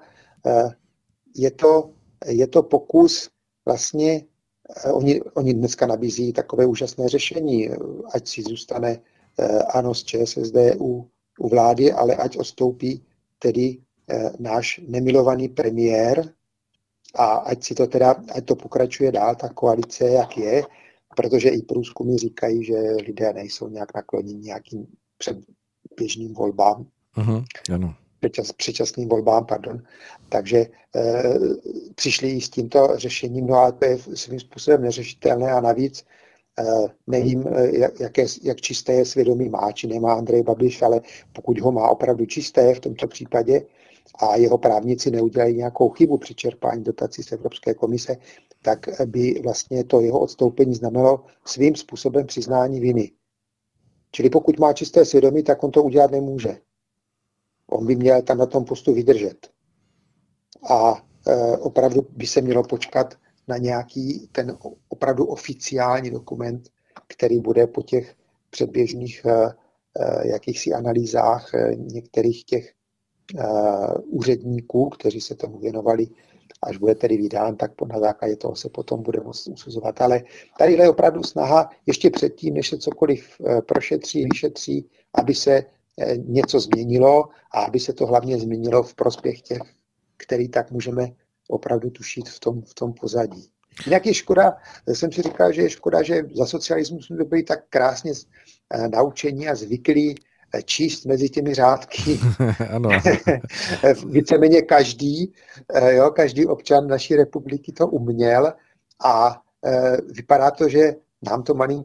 je to pokus vlastně, oni dneska nabízí takové úžasné řešení, ať si zůstane ANO z ČSSD u vlády, ale ať odstoupí tedy náš nemilovaný premiér a ať to pokračuje dál, ta koalice, jak je, protože i průzkumy říkají, že lidé nejsou nějak nakloněni nějakým předběžným volbám. Ano. Předčasným volbám, pardon. Takže přišli i s tímto řešením, no ale to je svým způsobem neřešitelné a navíc nevím, jak čisté je svědomí má, či nemá Andrej Babiš, ale pokud ho má opravdu čisté v tomto případě a jeho právníci neudělají nějakou chybu při čerpání dotací z Evropské komise, tak by vlastně to jeho odstoupení znamenalo svým způsobem přiznání viny. Čili pokud má čisté svědomí, tak on to udělat nemůže. On by měl tam na tom postu vydržet. A opravdu by se mělo počkat na nějaký ten opravdu oficiální dokument, který bude po těch předběžných jakýchsi analýzách některých těch úředníků, kteří se tomu věnovali, až bude tedy vydán, tak na základě toho se potom bude moct usuzovat. Ale tady je opravdu snaha ještě předtím, než se cokoliv prošetří, vyšetří, aby se něco změnilo a aby se to hlavně změnilo v prospěch těch, který tak můžeme opravdu tušit v tom pozadí. Jinak je škoda, jsem si říkal, že je škoda, že za socialismu jsme byli tak krásně naučení a zvyklí číst mezi těmi řádky. Ano. Víceméně každý občan naší republiky to uměl a vypadá to, že nám to malinko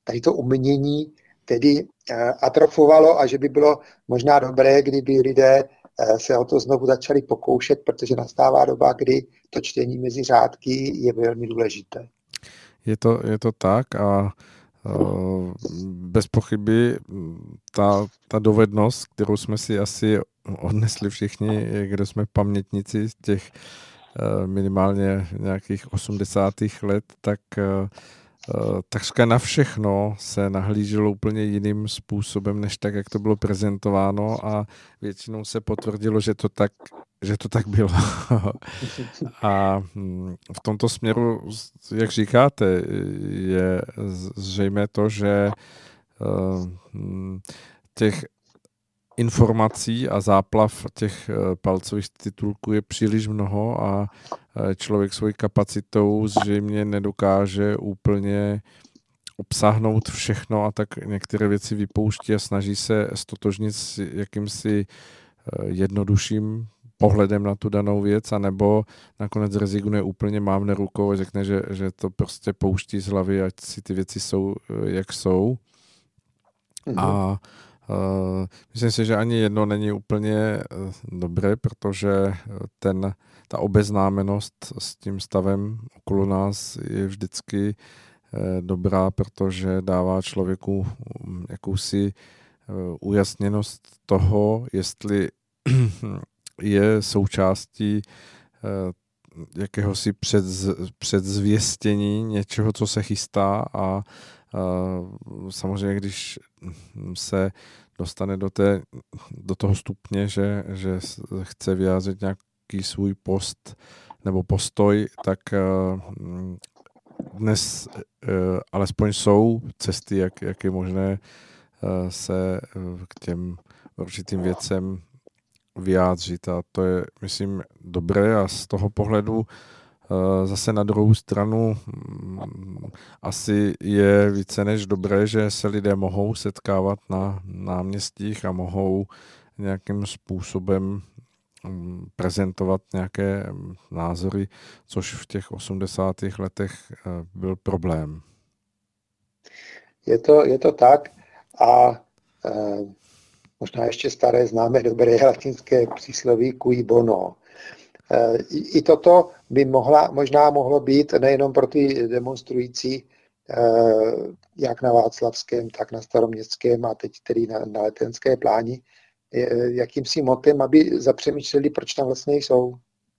tady to umění tedy atrofovalo a že by bylo možná dobré, kdyby lidé se o to znovu začali pokoušet, protože nastává doba, kdy to čtení mezi řádky je velmi důležité. Je to tak a bez pochyby ta dovednost, kterou jsme si asi odnesli všichni, kdo jsme pamětníci těch minimálně nějakých 80. let, tak takřka na všechno se nahlíželo úplně jiným způsobem, než tak, jak to bylo prezentováno a většinou se potvrdilo, že to tak bylo. A v tomto směru, jak říkáte, je zřejmé to, že těch informací a záplav těch palcových titulků je příliš mnoho a člověk svojí kapacitou zřejmě nedokáže úplně obsáhnout všechno a tak některé věci vypouští a snaží se stotožnit s jakýmsi jednodušším pohledem na tu danou věc, anebo nakonec rezignuje úplně, mávne rukou a řekne, že to prostě pouští z hlavy, ať si ty věci jsou, jak jsou. A myslím si, že ani jedno není úplně dobré, protože ta obeznámenost s tím stavem okolo nás je vždycky dobrá, protože dává člověku jakousi ujasněnost toho, jestli je součástí jakéhosi předzvěstění něčeho, co se chystá a samozřejmě, když se dostane do toho stupně, že chce vyjádřit nějaký svůj post nebo postoj, tak dnes alespoň jsou cesty, jak je možné se k těm určitým věcem vyjádřit a to je, myslím, dobré a z toho pohledu zase na druhou stranu asi je více než dobré, že se lidé mohou setkávat na náměstích a mohou nějakým způsobem prezentovat nějaké názory, což v těch 80. letech byl problém. Je to tak a možná ještě staré známé dobré latinské přísloví cui bono. I toto by možná mohlo být nejenom pro ty demonstrující, jak na Václavském, tak na Staroměstském a teď tedy na Letenské pláni, jakýmsi motem, aby zapřemýšleli, proč tam vlastně jsou.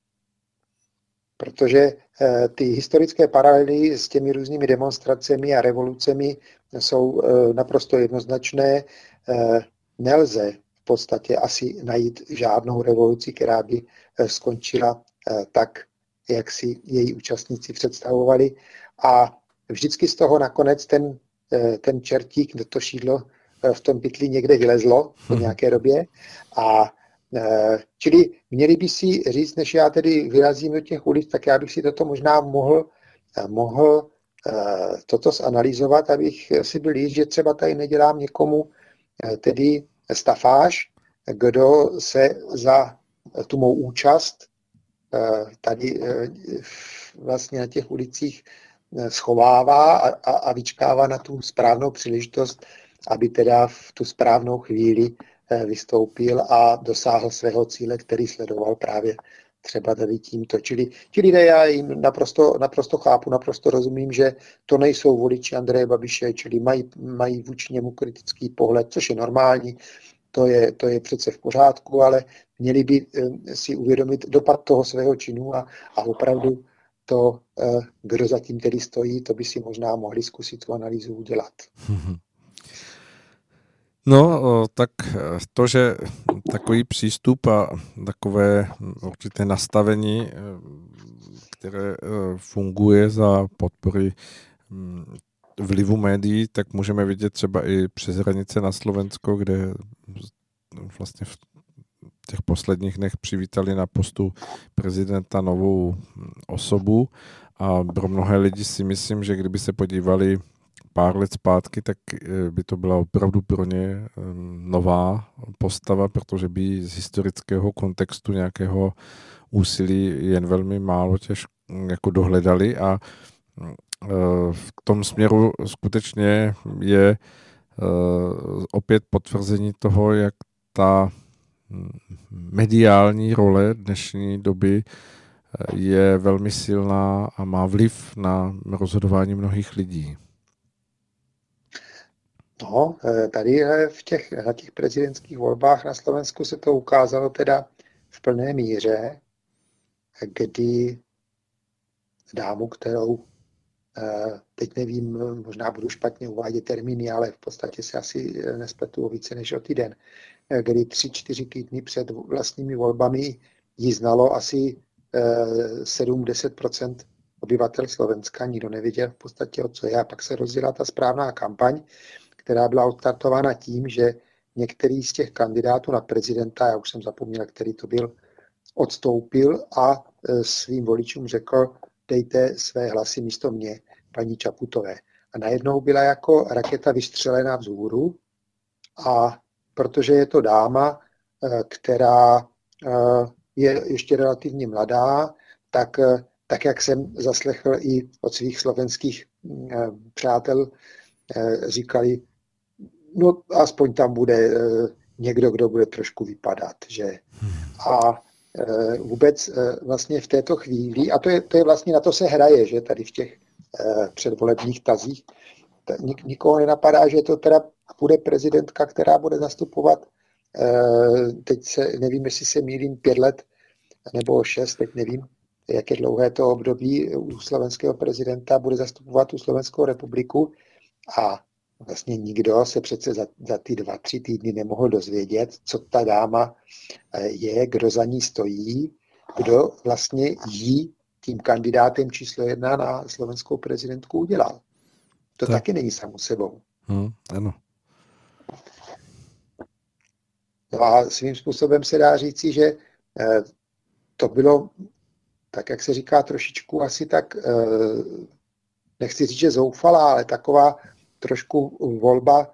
Protože ty historické paralely s těmi různými demonstracemi a revolucemi jsou naprosto jednoznačné. Nelze v podstatě asi najít žádnou revoluci, která by skončila tak, jak si její účastníci představovali. A vždycky z toho nakonec ten čertík, to šídlo v tom pytli někde vylezlo po nějaké době. A čili měli by si říct, než já tedy vyrazím do těch ulic, tak já bych si toto možná mohl toto zanalizovat, abych si byl jist, že třeba tady nedělám někomu tedy stafáž, kdo se za tu mou účast tady vlastně na těch ulicích schovává a vyčkává na tu správnou příležitost, aby teda v tu správnou chvíli vystoupil a dosáhl svého cíle, který sledoval právě třeba tady tímto. Čili ti lidé, já jim naprosto chápu, naprosto rozumím, že to nejsou voliči Andreje Babiše, čili mají vůči němu kritický pohled, což je normální, to je přece v pořádku, ale měli by si uvědomit dopad toho svého činu a opravdu to, kdo zatím tedy stojí, to by si možná mohli zkusit tu analýzu udělat. No, tak to, že takový přístup a takové určité nastavení, které funguje za podpory vlivu médií, tak můžeme vidět třeba i přes hranice na Slovensko, kde vlastně v těch posledních dnech přivítali na postu prezidenta novou osobu a pro mnohé lidi si myslím, že kdyby se podívali pár let zpátky, tak by to byla opravdu pro ně nová postava, protože by z historického kontextu nějakého úsilí jen velmi málo jako dohledali a v tom směru skutečně je opět potvrzení toho, jak ta mediální role dnešní doby je velmi silná a má vliv na rozhodování mnohých lidí. No, tady na těch prezidentských volbách na Slovensku se to ukázalo teda v plné míře, kdy dámu, kterou teď nevím, možná budu špatně uvádět termíny, ale v podstatě se asi nespletu o více než o týden, kdy 3-4 týdny před vlastními volbami jí znalo asi 7-10% obyvatel Slovenska, nikdo nevěděl v podstatě, o co je. A pak se rozjela ta správná kampaň, která byla odstartována tím, že některý z těch kandidátů na prezidenta, já už jsem zapomněl, který to byl, odstoupil a svým voličům řekl, dejte své hlasy místo mě, paní Čaputové. A najednou byla jako raketa vystřelená vzhůru a protože je to dáma, která je ještě relativně mladá, tak jak jsem zaslechl i od svých slovenských přátel, říkali, no aspoň tam bude někdo, kdo bude trošku vypadat. Že? A vůbec vlastně v této chvíli, a to je vlastně na to se hraje, že tady v těch předvolebních tazích, nikoho nenapadá, že to teda bude prezidentka, která bude zastupovat, teď nevím, jestli se mýlím, 5 let nebo 6, teď nevím, jak je dlouhé to období u slovenského prezidenta, bude zastupovat tu Slovenskou republiku a vlastně nikdo se přece za ty 2-3 týdny nemohl dozvědět, co ta dáma je, kdo za ní stojí, kdo vlastně jí tím kandidátem číslo 1 na slovenskou prezidentku udělal. To taky není samo sebou. Ano. No a svým způsobem se dá říci, že to bylo, tak jak se říká, trošičku asi tak, nechci říct, že zoufalá, ale taková trošku volba,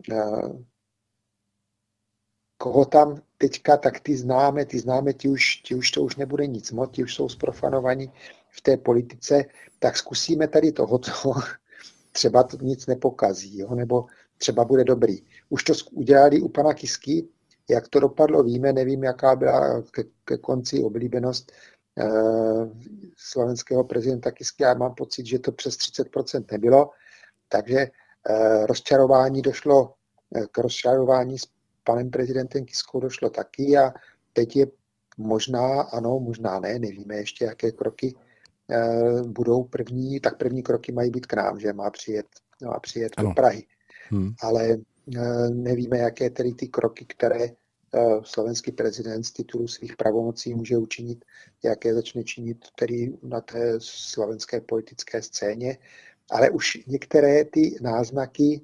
koho tam teďka, tak ty známe, ti už to už nebude nic moc, ti už jsou zprofanovaní v té politice, tak zkusíme tady tohoto, třeba to nic nepokazí, jo? Nebo třeba bude dobrý. Už to udělali u pana Kisky, jak to dopadlo, víme, nevím, jaká byla ke konci oblíbenost slovenského prezidenta Kisky, já mám pocit, že to přes 30% nebylo, takže k rozčarování s panem prezidentem Kiskou došlo taky a teď je možná, ano, možná ne, nevíme ještě, jaké kroky budou první, tak první kroky mají být k nám, že má přijet do Prahy. Ale nevíme, jaké tedy ty kroky, které slovenský prezident z titulu svých pravomocí může učinit, jaké začne činit tedy na té slovenské politické scéně. Ale už některé ty náznaky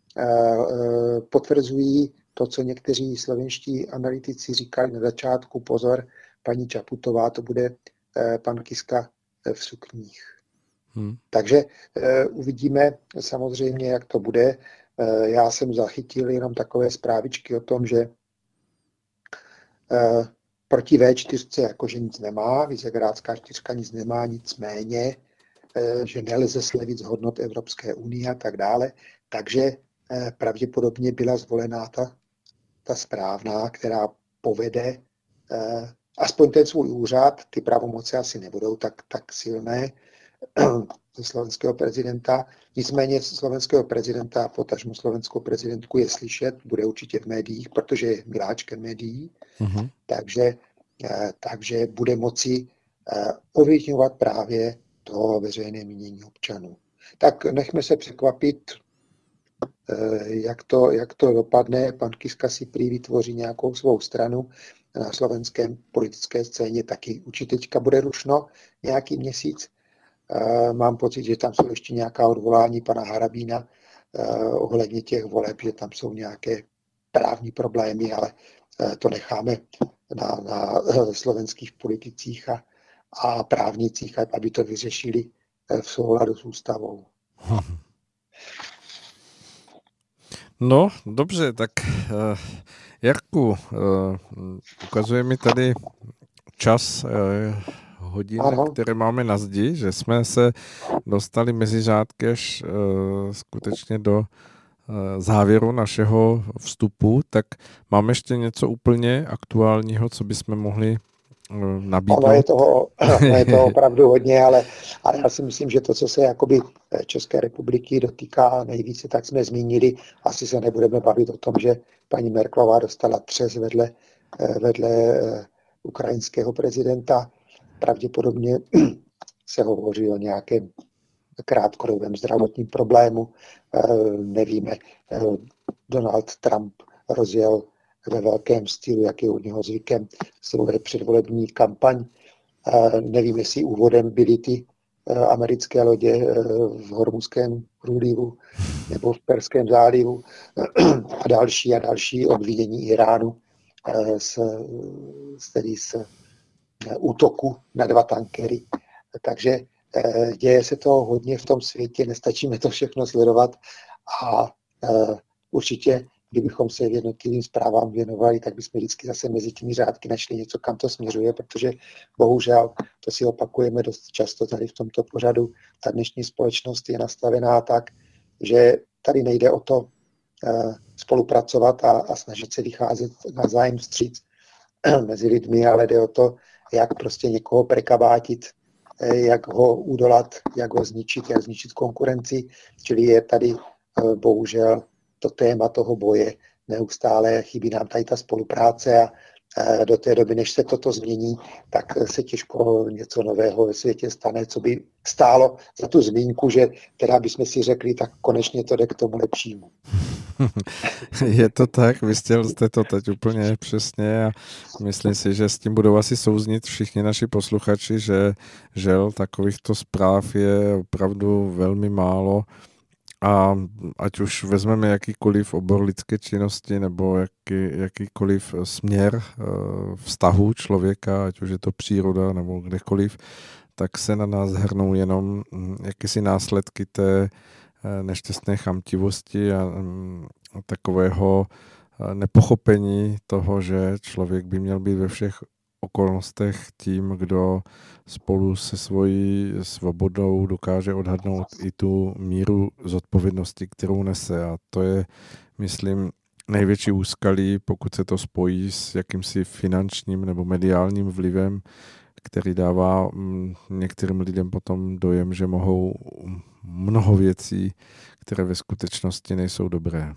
potvrzují to, co někteří slovenští analytici říkali na začátku, pozor, paní Čaputová, to bude pan Kiska v sukních. Takže uvidíme samozřejmě, jak to bude. Já jsem zachytil jenom takové zprávičky o tom, že proti V4 jakože nic nemá, Visegrádská 4 nic nemá, nicméně, že nelze slevit z hodnot Evropské unie a tak dále. Takže pravděpodobně byla zvolená ta správná, která povede aspoň ten svůj úřad, ty pravomoci asi nebudou tak silné ze slovenského prezidenta. Nicméně slovenského prezidenta a potažmo slovenskou prezidentku je slyšet, bude určitě v médiích, protože je miláčkem médií, takže bude moci ovlivňovat právě to veřejné mínění občanů. Tak nechme se překvapit, jak to dopadne. Pan Kiska si prý vytvoří nějakou svou stranu na slovenské politické scéně, taky určitě teďka bude rušno nějaký měsíc. Mám pocit, že tam jsou ještě nějaká odvolání pana Harabína ohledně těch voleb, že tam jsou nějaké právní problémy, ale to necháme na slovenských politicích a právnicích, aby to vyřešili v souladu s ústavou. No, dobře, tak Jarku, ukazuje mi tady čas hodin, Ano. které máme na zdi, že jsme se dostali mezi řádky až skutečně do závěru našeho vstupu, tak máme ještě něco úplně aktuálního, co bychom mohli nabídnout? Ono je toho opravdu hodně, ale já si myslím, že to, co se jakoby České republiky dotýká nejvíce, tak jsme zmínili. Asi se nebudeme bavit o tom, že paní Merkelová dostala třes vedle ukrajinského prezidenta. Pravděpodobně se hovoří o nějakém krátkodobém zdravotním problému. Nevíme, Donald Trump rozjel ve velkém stylu, jak je u něho zvykem, svou předvolební kampaň. Nevím, jestli úvodem byly ty americké lodě v Hormuzském průlivu nebo v Perském zálivu a další obvinění Iránu z útoku na 2 tankery. Takže děje se to hodně v tom světě, nestačíme to všechno sledovat a určitě, kdybychom se jednotlivým zprávám věnovali, tak bychom vždycky zase mezi těmi řádky našli něco, kam to směřuje, protože bohužel, to si opakujeme dost často tady v tomto pořadu, ta dnešní společnost je nastavená tak, že tady nejde o to spolupracovat a snažit se vycházet navzájem vstříc mezi lidmi, ale jde o to, jak prostě někoho prekabátit, jak ho udolat, jak ho zničit, jak zničit konkurenci. Čili je tady bohužel to téma toho boje neustále, chybí nám tady ta spolupráce a do té doby, než se toto změní, tak se těžko něco nového ve světě stane, co by stálo za tu zmínku, že teda bychom si řekli, tak konečně to jde k tomu lepšímu. Je to tak, vystěl jste to teď úplně přesně a myslím si, že s tím budou asi souznit všichni naši posluchači, že žel takovýchto zpráv je opravdu velmi málo a ať už vezmeme jakýkoliv obor lidské činnosti nebo jakýkoliv směr vztahu člověka, ať už je to příroda nebo kdekoliv, tak se na nás hrnou jenom jakési následky té nešťastné chamtivosti a takového nepochopení toho, že člověk by měl být ve všech okolnostech tím, kdo spolu se svojí svobodou dokáže odhadnout i tu míru zodpovědnosti, kterou nese. A to je, myslím, největší úskalí, pokud se to spojí s jakýmsi finančním nebo mediálním vlivem, který dává některým lidem potom dojem, že mohou mnoho věcí, které ve skutečnosti nejsou dobré.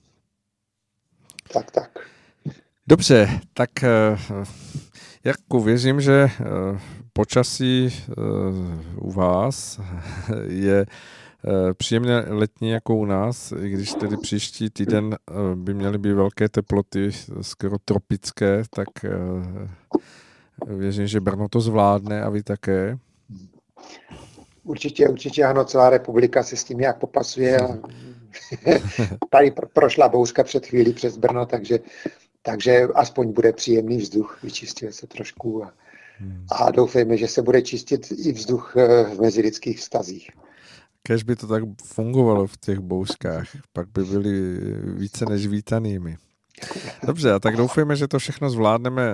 Tak. Dobře, tak Jarku, věřím, že počasí u vás je příjemně letní jako u nás, i když tedy příští týden by měly být velké teploty, skoro tropické, tak věřím, že Brno to zvládne a vy také. Určitě ano, celá republika se s tím nějak popasuje. Tady prošla bouřka před chvílí přes Brno, takže aspoň bude příjemný vzduch, vyčistuje se trošku a doufejme, že se bude čistit i vzduch v mezilidských vztazích. Kéž by to tak fungovalo v těch bouřkách, pak by byli více než vítanými. Dobře, a tak doufejme, že to všechno zvládneme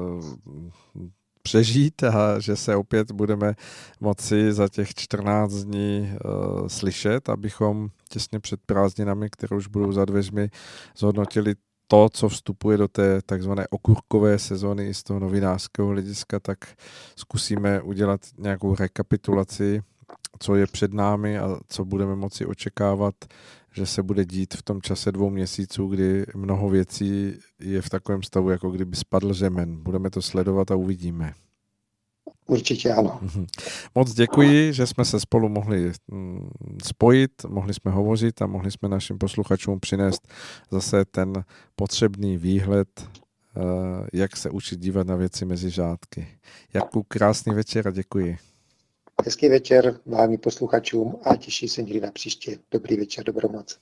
přežít a že se opět budeme moci za těch 14 dní slyšet, abychom těsně před prázdninami, které už budou za dveřmi, zhodnotili to, co vstupuje do té takzvané okurkové sezóny i z toho novinářského hlediska, tak zkusíme udělat nějakou rekapitulaci, co je před námi a co budeme moci očekávat, že se bude dít v tom čase 2 měsíců, kdy mnoho věcí je v takovém stavu, jako kdyby spadl řemen. Budeme to sledovat a uvidíme. Určitě ano. Moc děkuji, že jsme se spolu mohli spojit, mohli jsme hovořit a mohli jsme našim posluchačům přinést zase ten potřebný výhled, jak se učit dívat na věci mezi řádky. Jarku, krásný večer a děkuji. Hezký večer vám i posluchačům a těší se někdy na příště. Dobrý večer, dobrou noc.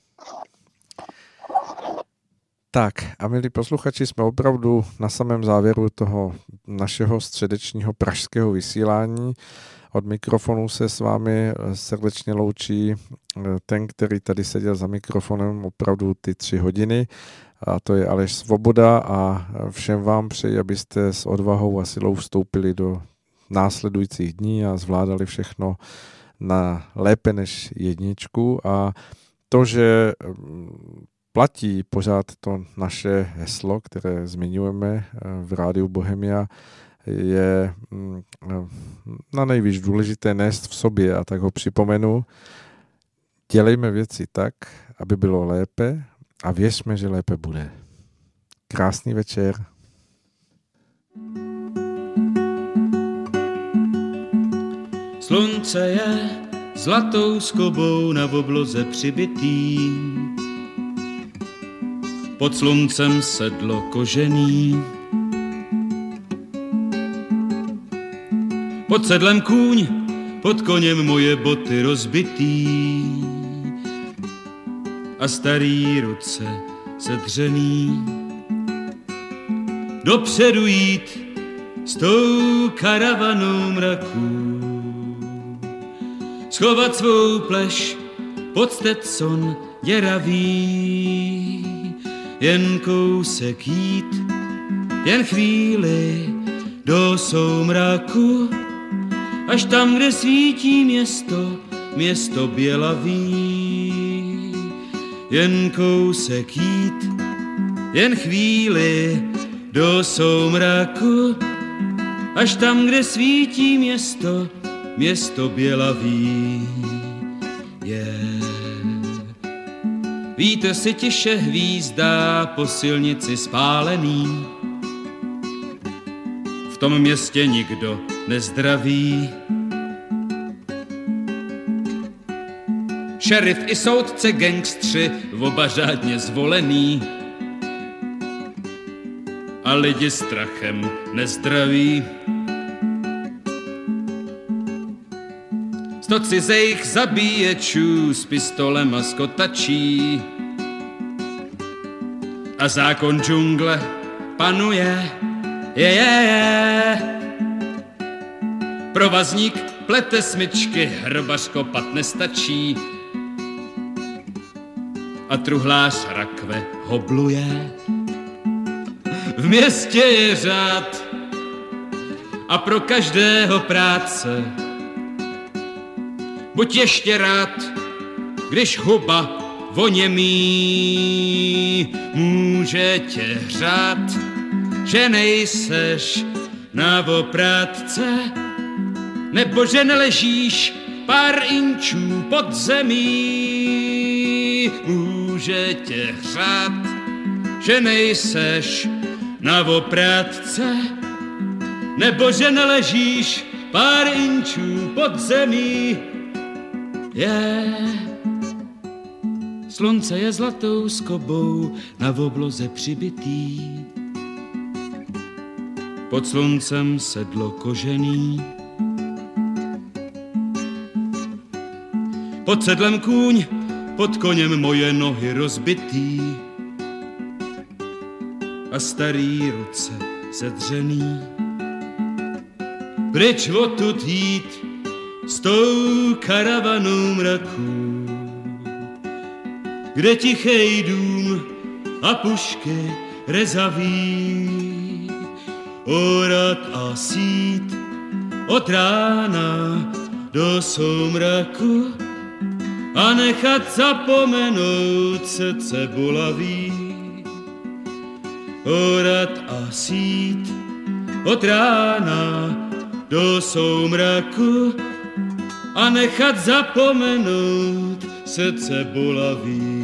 Tak a milí posluchači, jsme opravdu na samém závěru toho našeho středečního pražského vysílání. Od mikrofonu se s vámi srdečně loučí ten, který tady seděl za mikrofonem opravdu ty 3 hodiny. A to je Aleš Svoboda a všem vám přeji, abyste s odvahou a silou vstoupili do následujících dní a zvládali všechno lépe než jedničku. A to, že platí pořád to naše heslo, které zmiňujeme v Rádiu Bohemia, je na nejvíc důležité nést v sobě, a tak ho připomenu. Dělejme věci tak, aby bylo lépe, a věřme, že lépe bude. Krásný večer. Slunce je zlatou skobou na obloze přibitý. Pod sluncem sedlo kožený. Pod sedlem kůň, pod koněm moje boty rozbitý. A starý ruce sedřený. Dopředu jít s tou karavanou mraků. Schovat svou pleš pod Stetson děravý. Jen kousek jít, jen chvíli do soumraku, až tam, kde svítí město bělavý. Jen kousek jít, jen chvíli do soumraku, až tam, kde svítí město bělavý. Vítr si tiše hvízdá po silnici spálený. V tom městě nikdo nezdraví. Šerif i soudce, gangstři, oba řádně zvolený. A lidi strachem nezdraví. 100 cizejch zabíječů s pistolem a skotačí. A zákon džungle panuje, Provazník plete smyčky, hrobař kopat nestačí. A truhlář rakve hobluje. V městě je řád a pro každého práce. Buď ještě rád, když huba voněmí. Může tě hřát, že nejseš na oprátce, nebo že neležíš pár inčů pod zemí. Může tě hřát, že nejseš na oprátce, nebo že neležíš pár inčů pod zemí. Slunce je zlatou skobou na obloze přibitý. Pod sluncem sedlo kožený. Pod sedlem kůň, pod koněm moje nohy rozbitý. A starý ruce sedřený. Pryč odtud jít s tou karavanou mraků, kde tichej dům a pušky rezaví. Orat a sít od rána do soumraku a nechat zapomenout srdce bolavý. Orat a sít od rána do soumraku a nechat zapomenout srdce bolavý.